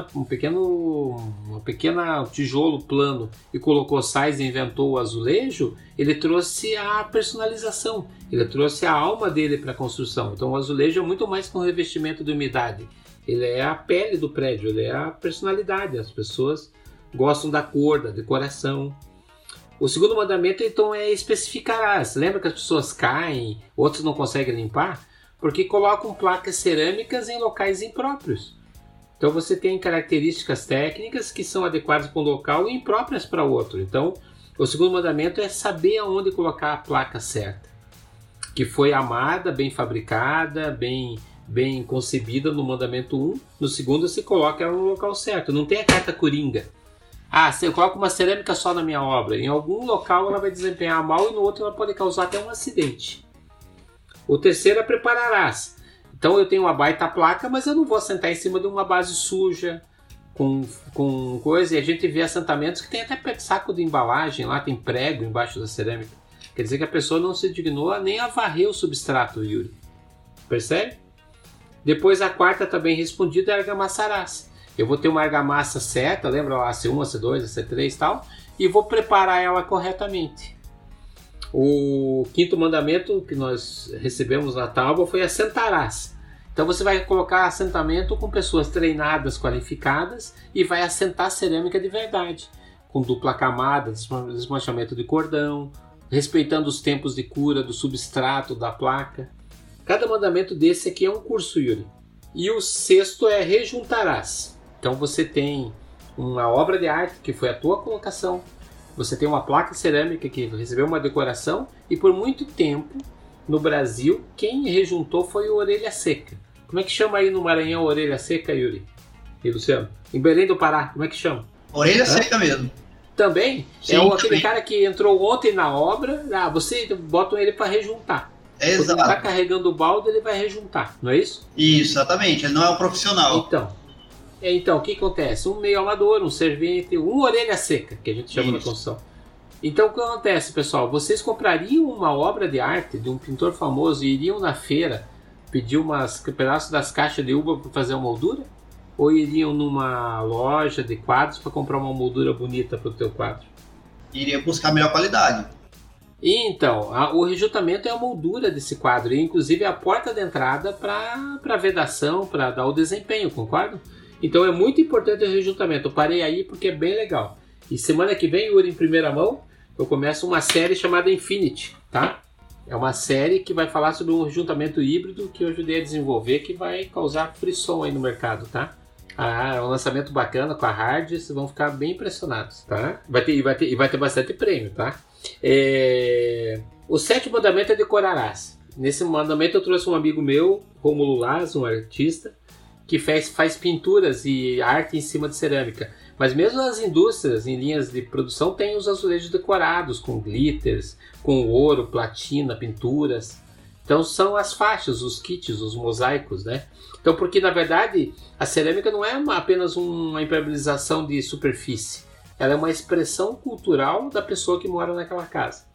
pequeno tijolo plano e colocou sais e inventou o azulejo, ele trouxe a personalização, ele trouxe a alma dele para a construção. Então o azulejo é muito mais que um revestimento de umidade, ele é a pele do prédio, ele é a personalidade, as pessoas gostam da cor, da decoração. O segundo mandamento então é especificarás. Lembra que as pessoas caem, outros não conseguem limpar? Porque colocam placas cerâmicas em locais impróprios. Então você tem características técnicas que são adequadas para um local e impróprias para outro. Então o segundo mandamento é saber aonde colocar a placa certa, que foi amada, bem fabricada, bem concebida no mandamento 1. No segundo se coloca ela no local certo. Não tem a carta coringa. Se eu coloco uma cerâmica só na minha obra, em algum local ela vai desempenhar mal e no outro ela pode causar até um acidente. O terceiro é prepararás. Então eu tenho uma baita placa, mas eu não vou sentar em cima de uma base suja, com coisa, e a gente vê assentamentos que tem até saco de embalagem, lá tem prego embaixo da cerâmica. Quer dizer que a pessoa não se dignou nem a varrer o substrato, Yuri. Percebe? Depois a quarta também respondida é a argamassa. Eu vou ter uma argamassa certa, lembra lá, AC1, AC2, AC3 e tal, e vou preparar ela corretamente. O quinto mandamento que nós recebemos na tábua foi assentarás. Então você vai colocar assentamento com pessoas treinadas, qualificadas, e vai assentar cerâmica de verdade, com dupla camada, desmanchamento de cordão, respeitando os tempos de cura do substrato, da placa. Cada mandamento desse aqui é um curso, Yuri. E o sexto é rejuntarás. Então você tem uma obra de arte que foi a tua colocação, você tem uma placa cerâmica que recebeu uma decoração, e por muito tempo no Brasil quem rejuntou foi o Orelha Seca. Como é que chama aí no Maranhão Orelha Seca, Yuri e Luciano? Em Belém do Pará, como é que chama? Orelha Seca mesmo. Também? Sim, aquele cara que entrou ontem na obra, você bota ele para rejuntar. Exato. Quando ele está carregando o balde, ele vai rejuntar, não é isso? Isso, exatamente. Ele não é um profissional. Então, o que acontece? Um meio amador, um servente, um orelha seca, que a gente chama na construção. Então, o que acontece, pessoal? Vocês comprariam uma obra de arte de um pintor famoso e iriam na feira pedir um pedaços das caixas de uva para fazer uma moldura? Ou iriam numa loja de quadros para comprar uma moldura bonita para o teu quadro? Iria buscar melhor qualidade. Então, o rejuntamento é a moldura desse quadro, e inclusive é a porta de entrada para vedação, para dar o desempenho, concordo? Então é muito importante o rejuntamento. Eu parei aí porque é bem legal. E semana que vem, Yuri, em primeira mão, eu começo uma série chamada Infinity, tá? É uma série que vai falar sobre um rejuntamento híbrido que eu ajudei a desenvolver, que vai causar frisson aí no mercado, tá? É um lançamento bacana com a Hard, vocês vão ficar bem impressionados, tá? Vai ter bastante prêmio, tá? O sétimo mandamento é decorarás. Nesse mandamento eu trouxe um amigo meu, Rômulo Laz, um artista, que faz pinturas e arte em cima de cerâmica. Mas mesmo as indústrias em linhas de produção têm os azulejos decorados com glitters, com ouro, platina, pinturas. Então são as faixas, os kits, os mosaicos, né? Então, porque na verdade a cerâmica não é apenas uma impermeabilização de superfície. Ela é uma expressão cultural da pessoa que mora naquela casa.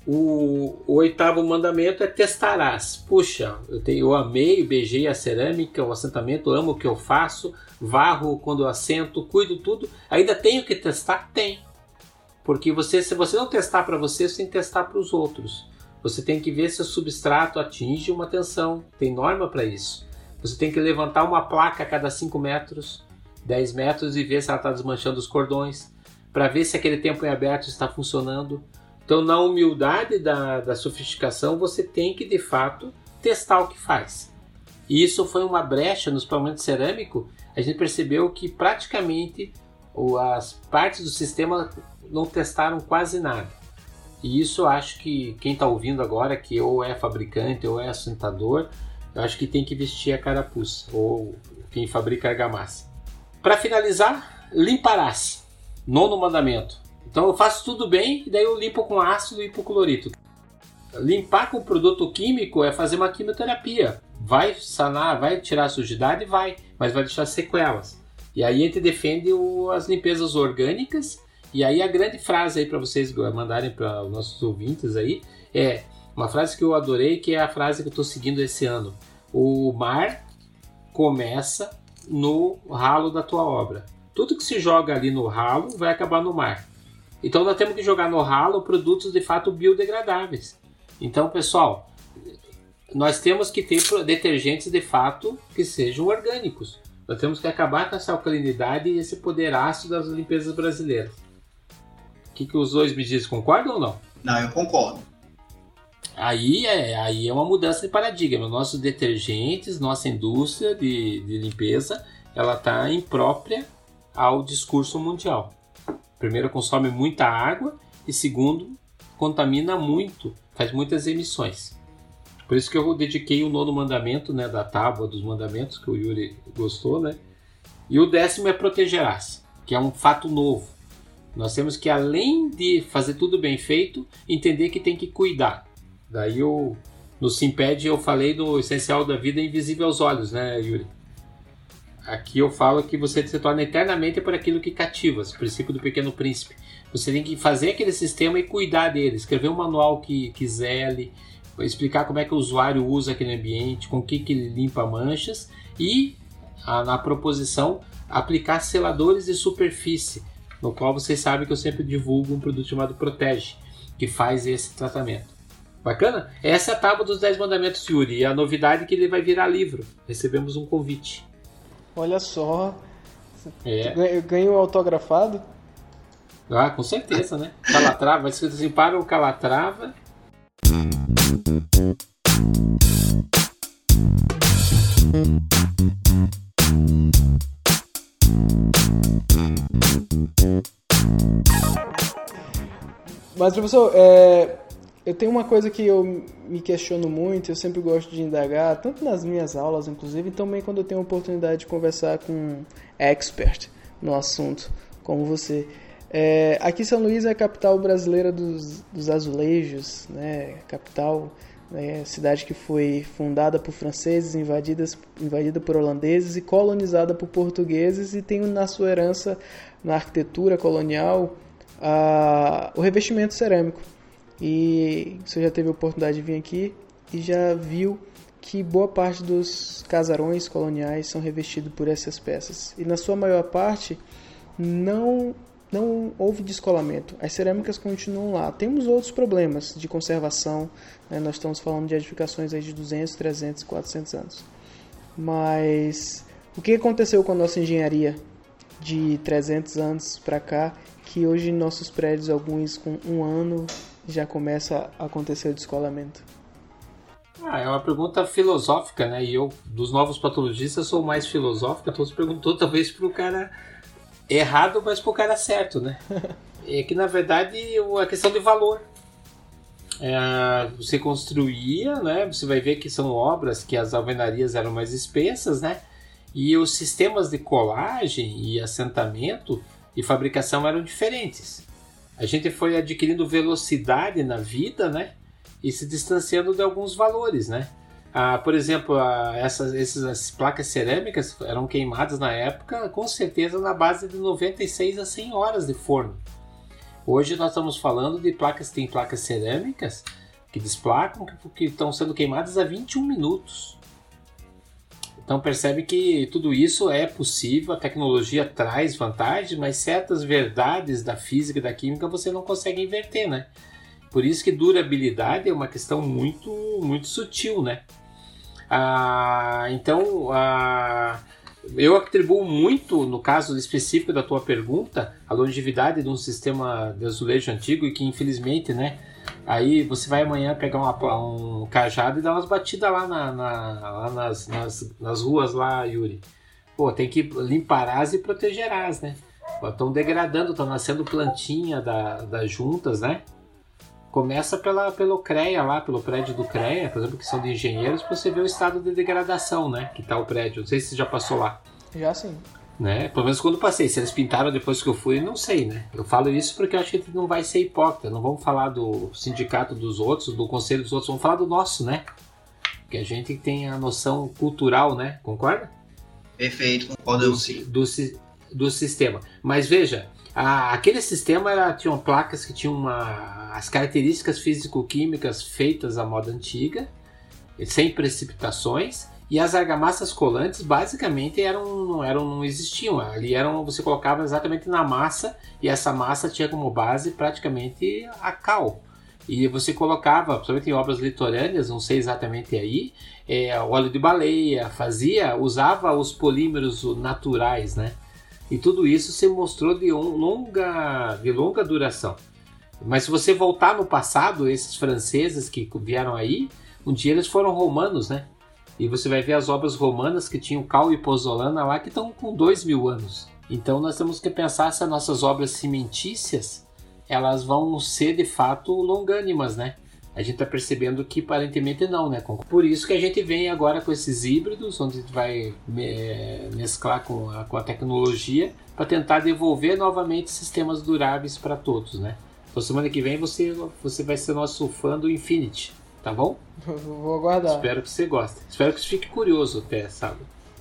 O oitavo mandamento é testarás. Puxa, eu amei, beijei a cerâmica, o assentamento, amo o que eu faço, varro quando eu assento, cuido tudo. Ainda tenho que testar? Tem. Porque se você não testar para você tem que testar para os outros. Você tem que ver se o substrato atinge uma tensão. Tem norma para isso. Você tem que levantar uma placa a cada 5 metros, 10 metros e ver se ela está desmanchando os cordões, para ver se aquele tempo em aberto está funcionando. Então, na humildade da sofisticação, você tem que, de fato, testar o que faz. E isso foi uma brecha nos pavamentos cerâmicos. A gente percebeu que, praticamente, as partes do sistema não testaram quase nada. E isso eu acho que quem está ouvindo agora, que ou é fabricante ou é assentador, eu acho que tem que vestir a carapuça, ou quem fabrica argamassa. Para finalizar, limparás. 9º mandamento. Então eu faço tudo bem e daí eu limpo com ácido e hipoclorito. Limpar com produto químico é fazer uma quimioterapia. Vai sanar, vai tirar a sujidade? Vai, mas vai deixar sequelas. E aí a gente defende as limpezas orgânicas. E aí a grande frase aí para vocês mandarem para os nossos ouvintes aí é uma frase que eu adorei, que é a frase que eu estou seguindo esse ano. O mar começa no ralo da tua obra. Tudo que se joga ali no ralo vai acabar no mar. Então nós temos que jogar no ralo produtos de fato biodegradáveis. Então, pessoal, nós temos que ter detergentes de fato que sejam orgânicos. Nós temos que acabar com essa alcalinidade e esse poder ácido das limpezas brasileiras. O que os dois me dizem? Concordam ou não? Não, eu concordo. Aí é uma mudança de paradigma. Nossos detergentes, nossa indústria de limpeza, ela está imprópria ao discurso mundial. Primeiro, consome muita água e segundo, contamina muito, faz muitas emissões. Por isso que eu dediquei o 9º mandamento, né, da tábua dos mandamentos, que o Yuri gostou, né? E o 10º é protegerás, que é um fato novo. Nós temos que, além de fazer tudo bem feito, entender que tem que cuidar. Daí no Simped eu falei do essencial da vida invisível aos olhos, né, Yuri? Aqui eu falo que você se torna eternamente por aquilo que cativas, o princípio do Pequeno Príncipe. Você tem que fazer aquele sistema e cuidar dele, escrever um manual que zele, explicar como é que o usuário usa aquele ambiente, com o que ele limpa manchas e, na proposição, aplicar seladores de superfície, no qual vocês sabem que eu sempre divulgo um produto chamado Protege, que faz esse tratamento. Bacana? Essa é a tábua dos 10 mandamentos, Yuri, e a novidade é que ele vai virar livro. Recebemos um convite. Olha só, ganhou autografado? Ah, com certeza, né? Calatrava, vai escrito assim, para o Calatrava. Mas, professor, eu tenho uma coisa que eu me questiono muito, eu sempre gosto de indagar, tanto nas minhas aulas, inclusive, e também quando eu tenho a oportunidade de conversar com um expert no assunto, como você. Aqui São Luís é a capital brasileira dos azulejos, né? Capital, né? Cidade que foi fundada por franceses, invadida por holandeses e colonizada por portugueses, e tem na sua herança, na arquitetura colonial, o revestimento cerâmico. E você já teve a oportunidade de vir aqui e já viu que boa parte dos casarões coloniais são revestidos por essas peças. E na sua maior parte não houve descolamento. As cerâmicas continuam lá. Temos outros problemas de conservação, né? Nós estamos falando de edificações aí de 200, 300, 400 anos. Mas o que aconteceu com a nossa engenharia de 300 anos para cá, que hoje em nossos prédios, alguns com 1 ano, já começa a acontecer o descolamento? É uma pergunta filosófica, né? E eu, dos novos patologistas, sou mais filosófico, então você perguntou talvez para o cara errado, mas para o cara certo, né? É que, na verdade, a questão de valor. Você construía, né? Você vai ver que são obras que as alvenarias eram mais espessas, né? E os sistemas de colagem e assentamento e fabricação eram diferentes. A gente foi adquirindo velocidade na vida, né? E se distanciando de alguns valores, né? Por exemplo, essas placas cerâmicas eram queimadas na época, com certeza, na base de 96 a 100 horas de forno. Hoje nós estamos falando de tem placas cerâmicas que desplacam, que estão sendo queimadas a 21 minutos. Então percebe que tudo isso é possível, a tecnologia traz vantagem, mas certas verdades da física e da química você não consegue inverter, né? Por isso que durabilidade é uma questão muito, muito sutil, né? Eu atribuo muito, no caso específico da tua pergunta, a longevidade de um sistema de azulejo antigo e que infelizmente, né? Aí você vai amanhã pegar um cajado e dar umas batidas lá, nas ruas lá, Yuri. Pô, tem que limparás e protegerás, né? Estão degradando, estão nascendo plantinha das juntas, né? Começa pelo CREA lá, pelo prédio do CREA, por exemplo, que são de engenheiros, para você ver o estado de degradação, né? Que tá o prédio. Não sei se você já passou lá. Já sim. Né? Pelo menos quando passei. Se eles pintaram depois que eu fui, não sei, né? Eu falo isso porque eu acho que a gente não vai ser hipócrita. Não vamos falar do sindicato dos outros, do conselho dos outros. Vamos falar do nosso, né? Que a gente tem a noção cultural, né? Concorda? Perfeito, concordo sim. Do sistema. Mas veja, aquele sistema tinham placas que tinham as características físico-químicas feitas à moda antiga, sem precipitações, e as argamassas colantes basicamente não existiam. Ali você colocava exatamente na massa, e essa massa tinha como base praticamente a cal. E você colocava, principalmente em obras litorâneas, não sei exatamente aí, óleo de baleia, usava os polímeros naturais, né? E tudo isso se mostrou de longa duração. Mas se você voltar no passado, esses franceses que vieram aí, um dia eles foram romanos, né? E você vai ver as obras romanas que tinham cal e pozzolana lá, que estão com 2000 anos. Então nós temos que pensar se as nossas obras cimentícias, elas vão ser de fato longânimas, né? A gente está percebendo que aparentemente não, né? Por isso que a gente vem agora com esses híbridos, onde a gente vai mesclar com a tecnologia para tentar devolver novamente sistemas duráveis para todos, né? Então semana que vem você vai ser nosso fã do Infinity, tá bom? Vou aguardar. Espero que você goste. Espero que você fique curioso até sábado.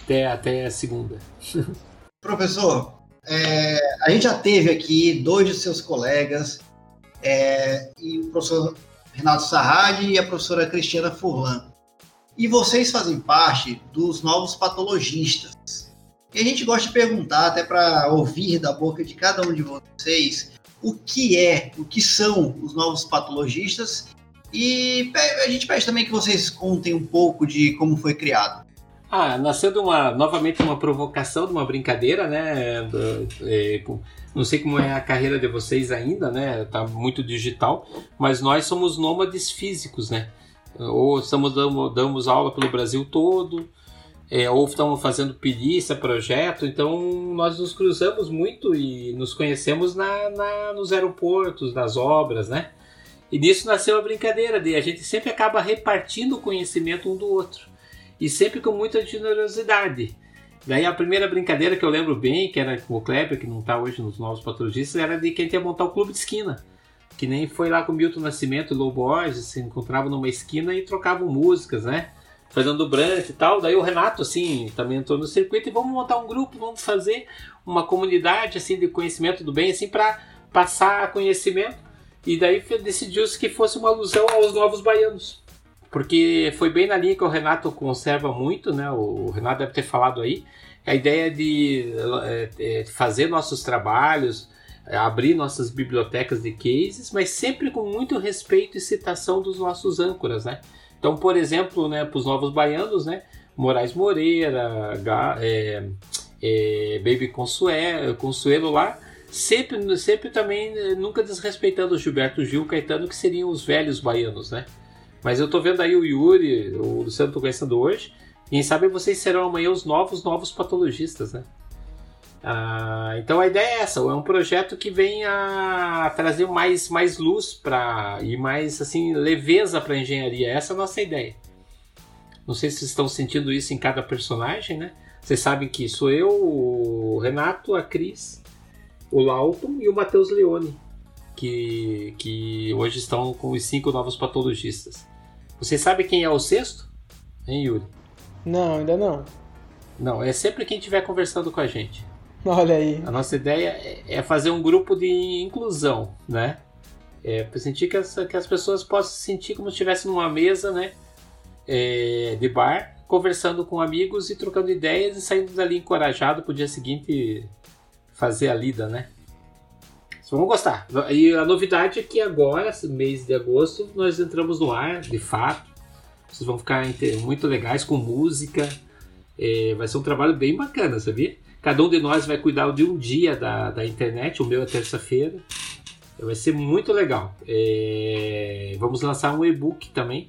Até a segunda. Professor, a gente já teve aqui 2 de seus colegas, e o professor Renato Sarradi e a professora Cristiana Furlan. E vocês fazem parte dos novos patologistas. E a gente gosta de perguntar, até para ouvir da boca de cada um de vocês, o que são os novos patologistas. E a gente pede também que vocês contem um pouco de como foi criado. Nasceu novamente uma provocação, de uma brincadeira, né? Não sei como é a carreira de vocês ainda, né? Tá muito digital, mas nós somos nômades físicos, né? Ou damos aula pelo Brasil todo, ou estamos fazendo perícia, projeto, então nós nos cruzamos muito e nos conhecemos nos aeroportos, nas obras, né? E nisso nasceu a brincadeira a gente sempre acaba repartindo o conhecimento um do outro, e sempre com muita generosidade. Daí a primeira brincadeira que eu lembro bem, que era com o Kleber, que não está hoje nos Novos Patologistas, era de que a gente ia montar o clube de esquina. Que nem foi lá com o Milton Nascimento e Lô Borges, se encontravam numa esquina e trocavam músicas, né? Fazendo brunch e tal. Daí o Renato, assim, também entrou no circuito e vamos montar um grupo, vamos fazer uma comunidade, assim, de conhecimento do bem, assim, para passar conhecimento. E daí decidiu-se que fosse uma alusão aos Novos Baianos. Porque foi bem na linha que o Renato conserva muito, né? O Renato deve ter falado aí. A ideia de fazer nossos trabalhos, abrir nossas bibliotecas de cases, mas sempre com muito respeito e citação dos nossos âncoras, né? Então, por exemplo, né, para os Novos Baianos, né, Moraes Moreira, Baby Consuelo lá, sempre também, nunca desrespeitando o Gilberto Gil, Caetano, que seriam os velhos baianos, né? Mas eu tô vendo aí o Yuri, o Luciano tô conhecendo hoje, quem sabe vocês serão amanhã os novos patologistas, né? Então a ideia é essa, é um projeto que vem a trazer mais luz e mais assim, leveza para a engenharia. Essa é a nossa ideia. Não sei se vocês estão sentindo isso em cada personagem, né? Vocês sabem que sou eu, o Renato, a Cris, o Lauton e o Matheus Leone, que hoje estão com os 5 novos patologistas. Vocês sabem quem é o 6º? Hein, Yuri? Não, ainda não. Não, é sempre quem estiver conversando com a gente. Olha aí. A nossa ideia é fazer um grupo de inclusão, né? Para sentir que as pessoas possam se sentir como se estivessem numa mesa, né? De bar, conversando com amigos e trocando ideias e saindo dali encorajado para o dia seguinte fazer a lida, né? Vocês vão gostar. E a novidade é que agora, mês de agosto, nós entramos no ar, de fato. Vocês vão ficar muito legais com música. Vai ser um trabalho bem bacana, sabia? Cada um de nós vai cuidar de um dia da internet, o meu é terça-feira. Vai ser muito legal. Vamos lançar um e-book também.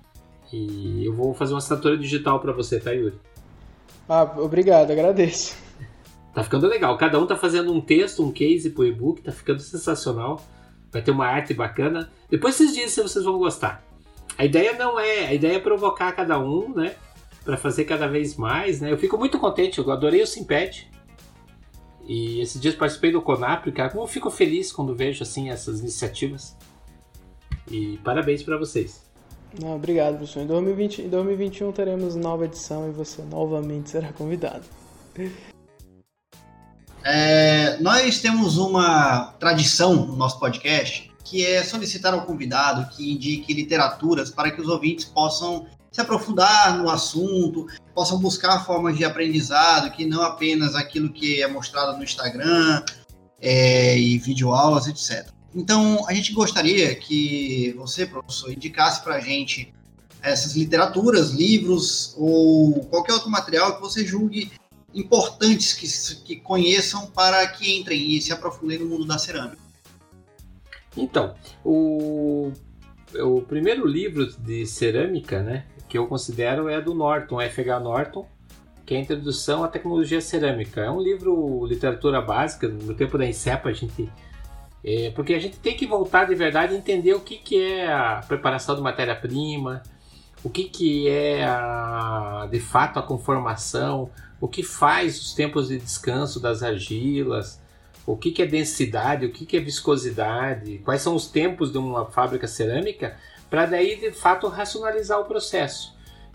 E eu vou fazer uma assinatura digital para você, tá, Yuri? Obrigado, agradeço. Tá ficando legal. Cada um tá fazendo um texto, um case pro e-book, tá ficando sensacional. Vai ter uma arte bacana. Depois vocês dizem se vocês vão gostar. A ideia é provocar cada um, né? Para fazer cada vez mais, né? Eu fico muito contente, eu adorei o Simped. E esses dias participei do Conapre, cara, como eu fico feliz quando vejo assim essas iniciativas. E parabéns para vocês. Não, obrigado, professor. Em 2021 teremos nova edição e você novamente será convidado. Nós temos uma tradição no nosso podcast, que é solicitar ao convidado que indique literaturas para que os ouvintes possam se aprofundar no assunto, possam buscar formas de aprendizado, que não apenas aquilo que é mostrado no Instagram e videoaulas, etc. Então, a gente gostaria que você, professor, indicasse para a gente essas literaturas, livros ou qualquer outro material que você julgue importantes que conheçam para que entrem e se aprofundem no mundo da cerâmica. Então, o primeiro livro de cerâmica, né, que eu considero é do Norton, FH Norton, que é a Introdução à Tecnologia Cerâmica. É um livro, literatura básica, no tempo da Incepa, porque a gente tem que voltar de verdade e entender o que é a preparação de matéria-prima, o que é de fato a conformação, o que faz os tempos de descanso das argilas, o que é densidade, o que é viscosidade, quais são os tempos de uma fábrica cerâmica, para daí de fato racionalizar o processo.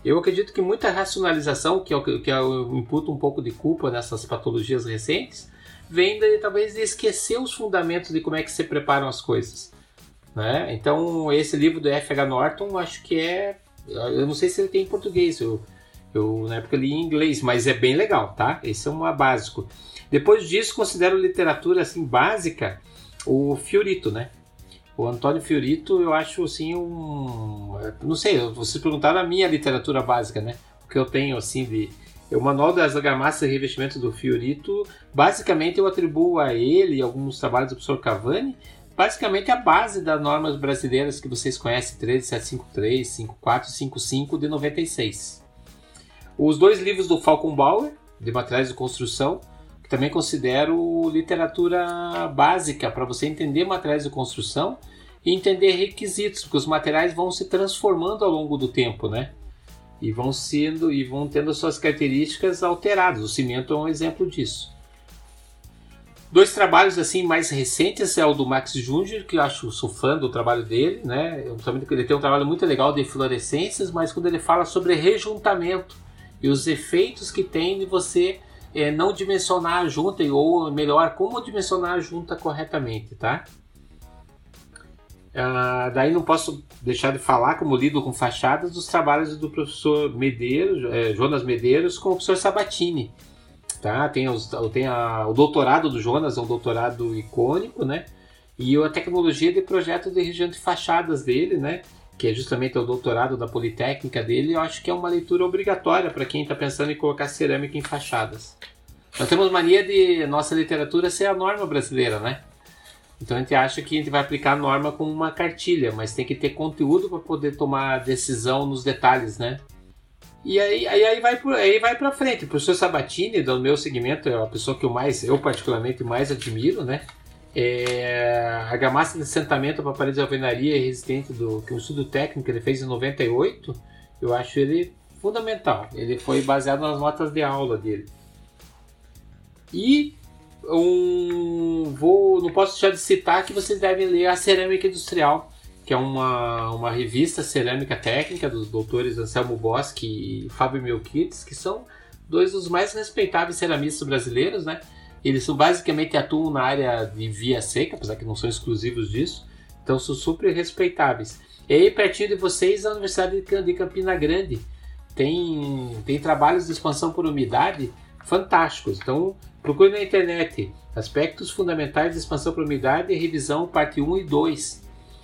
Eu acredito que muita racionalização, que eu imputo um pouco de culpa nessas patologias recentes, vem talvez de esquecer os fundamentos de como é que se preparam as coisas, né? Então, esse livro do F.H. Norton, acho que eu não sei se ele tem em português, eu na época li em inglês, mas é bem legal, tá? Esse é um básico. Depois disso, considero literatura assim, básica o Fiorito, né? O Antônio Fiorito, eu acho assim não sei, vocês perguntaram a minha literatura básica, né? O que eu tenho assim o Manual das Argamassas e Revestimentos do Fiorito, basicamente eu atribuo a ele alguns trabalhos do professor Cavani, basicamente a base das normas brasileiras que vocês conhecem, 13753, 54 e 55 de 96. Os 2 livros do Falcon Bauer, de materiais de construção, que também considero literatura básica para você entender materiais de construção e entender requisitos, porque os materiais vão se transformando ao longo do tempo, né? E vão tendo as suas características alteradas. O cimento é um exemplo disso. 2 trabalhos assim mais recentes é o do Max Júnior, que eu sou fã do trabalho dele, né? Ele tem um trabalho muito legal de fluorescências, mas quando ele fala sobre rejuntamento e os efeitos que tem de você não dimensionar a junta, ou melhor, como dimensionar a junta corretamente, tá? Daí não posso deixar de falar, como lido com fachadas, dos trabalhos do professor Jonas Medeiros com o professor Sabatini. Tá? Tem o doutorado do Jonas, é um doutorado icônico, né? E a tecnologia de projeto de região de fachadas dele, né? Que é justamente o doutorado da Politécnica dele, eu acho que é uma leitura obrigatória para quem está pensando em colocar cerâmica em fachadas. Nós temos mania de nossa literatura ser a norma brasileira, né? Então a gente acha que a gente vai aplicar a norma como uma cartilha, mas tem que ter conteúdo para poder tomar decisão nos detalhes, né? E aí vai para frente. O professor Sabatini, do meu segmento, é a pessoa que eu particularmente mais admiro, né? A argamassa de assentamento para paredes de alvenaria resistente que um estudo técnico que ele fez em 98, eu acho ele fundamental. Ele foi baseado nas notas de aula dele. E não posso deixar de citar que vocês devem ler a Cerâmica Industrial, que é uma revista cerâmica técnica dos doutores Anselmo Boschi e Fábio Melquites, que são 2 dos mais respeitáveis ceramistas brasileiros, né? Eles basicamente atuam na área de via seca, apesar que não são exclusivos disso, então são super respeitáveis. E aí, pertinho de vocês, a Universidade de Campina Grande tem trabalhos de expansão por umidade fantásticos. Então, procure na internet Aspectos Fundamentais de Expansão por Umidade e Revisão, parte 1 e 2.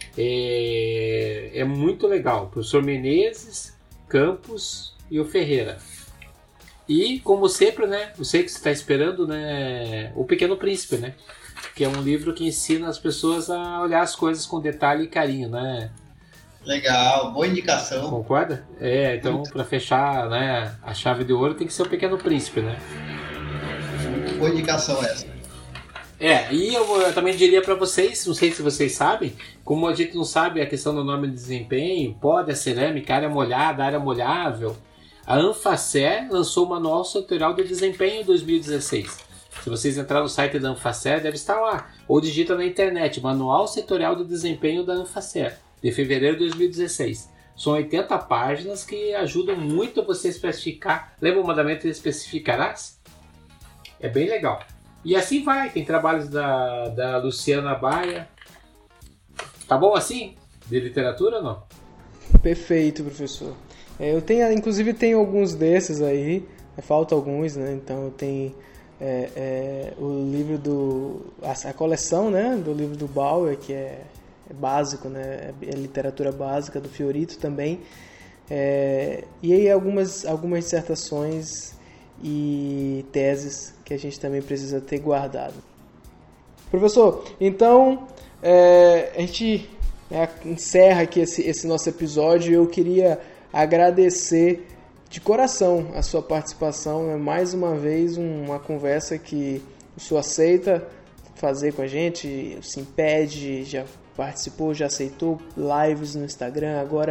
É muito legal. Professor Menezes, Campos e o Ferreira. E, como sempre, né, eu sei que você está esperando, né, O Pequeno Príncipe, né, que é um livro que ensina as pessoas a olhar as coisas com detalhe e carinho, né? Legal, boa indicação. Concorda? Então, para fechar, né, a chave de ouro tem que ser O Pequeno Príncipe, né? Boa indicação essa. E eu também diria para vocês, não sei se vocês sabem, como a gente não sabe a questão da norma de desempenho, pó da cerâmica, área molhada, área molhável, a Anfacer lançou o Manual Setorial de Desempenho em 2016. Se vocês entrarem no site da Anfacer, deve estar lá. Ou digita na internet, Manual Setorial de Desempenho da Anfacer, de fevereiro de 2016. São 80 páginas que ajudam muito você a especificar. Lembra o mandamento de especificarás? É bem legal. E assim vai, tem trabalhos da Luciana Baia. Tá bom assim? De literatura ou não? Perfeito, professor. Inclusive tenho alguns desses aí, falta alguns, né? Então eu tenho o livro a coleção, né, do livro do Bauer, que é básico, né? É literatura básica, do Fiorito também. E aí algumas dissertações e teses que a gente também precisa ter guardado. Professor, então a gente encerra aqui esse nosso episódio. Eu queria agradecer de coração a sua participação. Mais uma vez uma conversa que o senhor aceita fazer com a gente. O Simped já participou, já aceitou lives no Instagram, agora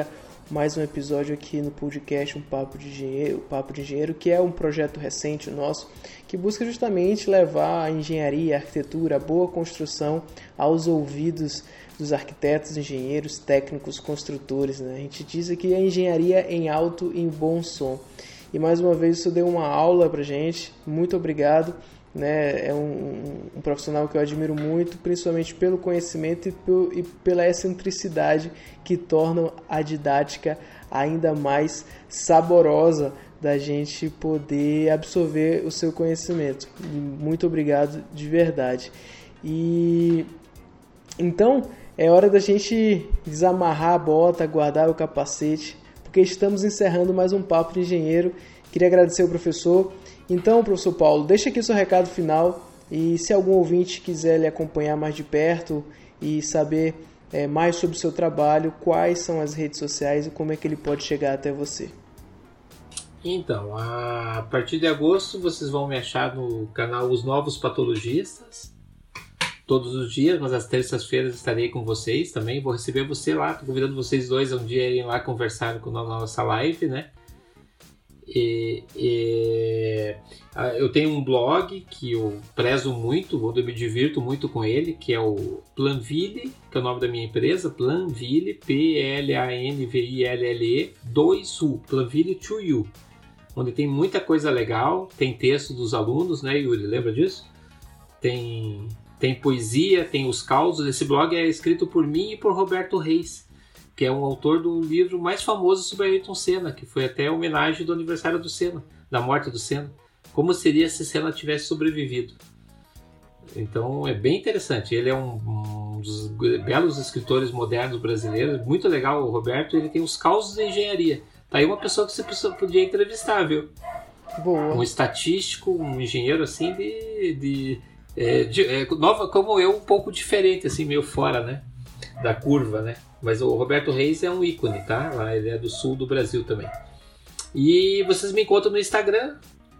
mais um episódio aqui no podcast o Papo de Engenheiro, que é um projeto recente nosso, que busca justamente levar a engenharia, a arquitetura, a boa construção aos ouvidos dos arquitetos, engenheiros, técnicos, construtores, né? A gente diz aqui a engenharia em alto e em bom som. E mais uma vez isso deu uma aula pra gente, muito obrigado. Né? É um profissional que eu admiro muito, principalmente pelo conhecimento e pela excentricidade que tornam a didática ainda mais saborosa da gente poder absorver o seu conhecimento. E muito obrigado de verdade. E então é hora da gente desamarrar a bota, guardar o capacete, porque estamos encerrando mais um Papo de Engenheiro. Queria agradecer ao professor. Então, professor Paulo, deixa aqui o seu recado final e se algum ouvinte quiser lhe acompanhar mais de perto e saber mais sobre o seu trabalho, quais são as redes sociais e como é que ele pode chegar até você. Então, a partir de agosto vocês vão me achar no canal Os Novos Patologistas, todos os dias, mas às terças-feiras estarei com vocês também, vou receber você lá, estou convidando vocês dois a um dia irem lá conversar com a nossa live, né? Eu tenho um blog que eu prezo muito, onde eu me divirto muito com ele, que é o Planville, que é o nome da minha empresa, Planville, Planville 2U, Planville 2U, onde tem muita coisa legal, tem texto dos alunos, né, Yuri? Lembra disso? Tem poesia, tem os causos. Esse blog é escrito por mim e por Roberto Reis, que é um autor do livro mais famoso sobre Ayrton Senna, que foi até a homenagem do aniversário do Senna, da morte do Senna. Como seria se Senna tivesse sobrevivido? Então é bem interessante. Ele é um dos belos escritores modernos brasileiros, muito legal o Roberto. Ele tem os causos da engenharia. Tá aí uma pessoa que você podia entrevistar, viu? Boa. Um estatístico, um engenheiro assim nova como eu, um pouco diferente, assim, meio fora, né, da curva, né? Mas o Roberto Reis é um ícone, tá? Lá ele é do sul do Brasil também. E vocês me encontram no Instagram,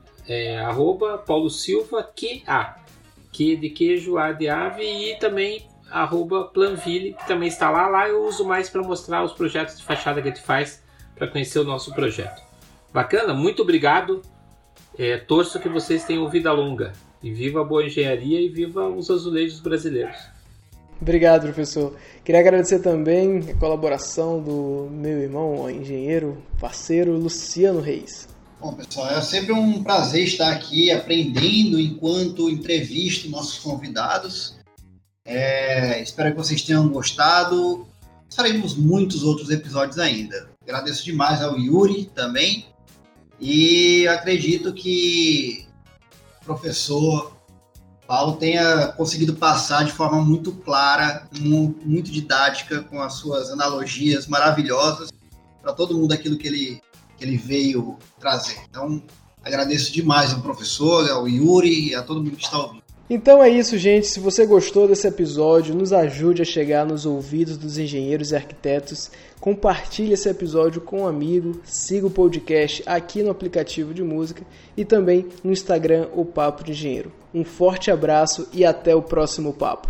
@paulosilva_QA, Q de queijo, A de ave, e também @Planville, que também está lá. Lá eu uso mais para mostrar os projetos de fachada que a gente faz, para conhecer o nosso projeto. Bacana? Muito obrigado. Torço que vocês tenham vida longa. E viva a boa engenharia e viva os azulejos brasileiros. Obrigado, professor. Queria agradecer também a colaboração do meu irmão, engenheiro, parceiro, Luciano Reis. Bom, pessoal, é sempre um prazer estar aqui aprendendo enquanto entrevisto nossos convidados. Espero que vocês tenham gostado. Faremos muitos outros episódios ainda. Agradeço demais ao Yuri também. E acredito que o professor Paulo tenha conseguido passar de forma muito clara, muito didática, com as suas analogias maravilhosas para todo mundo aquilo que ele veio trazer. Então, agradeço demais ao professor, ao Yuri e a todo mundo que está ouvindo. Então é isso, gente. Se você gostou desse episódio, nos ajude a chegar nos ouvidos dos engenheiros e arquitetos. Compartilhe esse episódio com um amigo. Siga o podcast aqui no aplicativo de música e também no Instagram, o Papo de Engenheiro. Um forte abraço e até o próximo papo.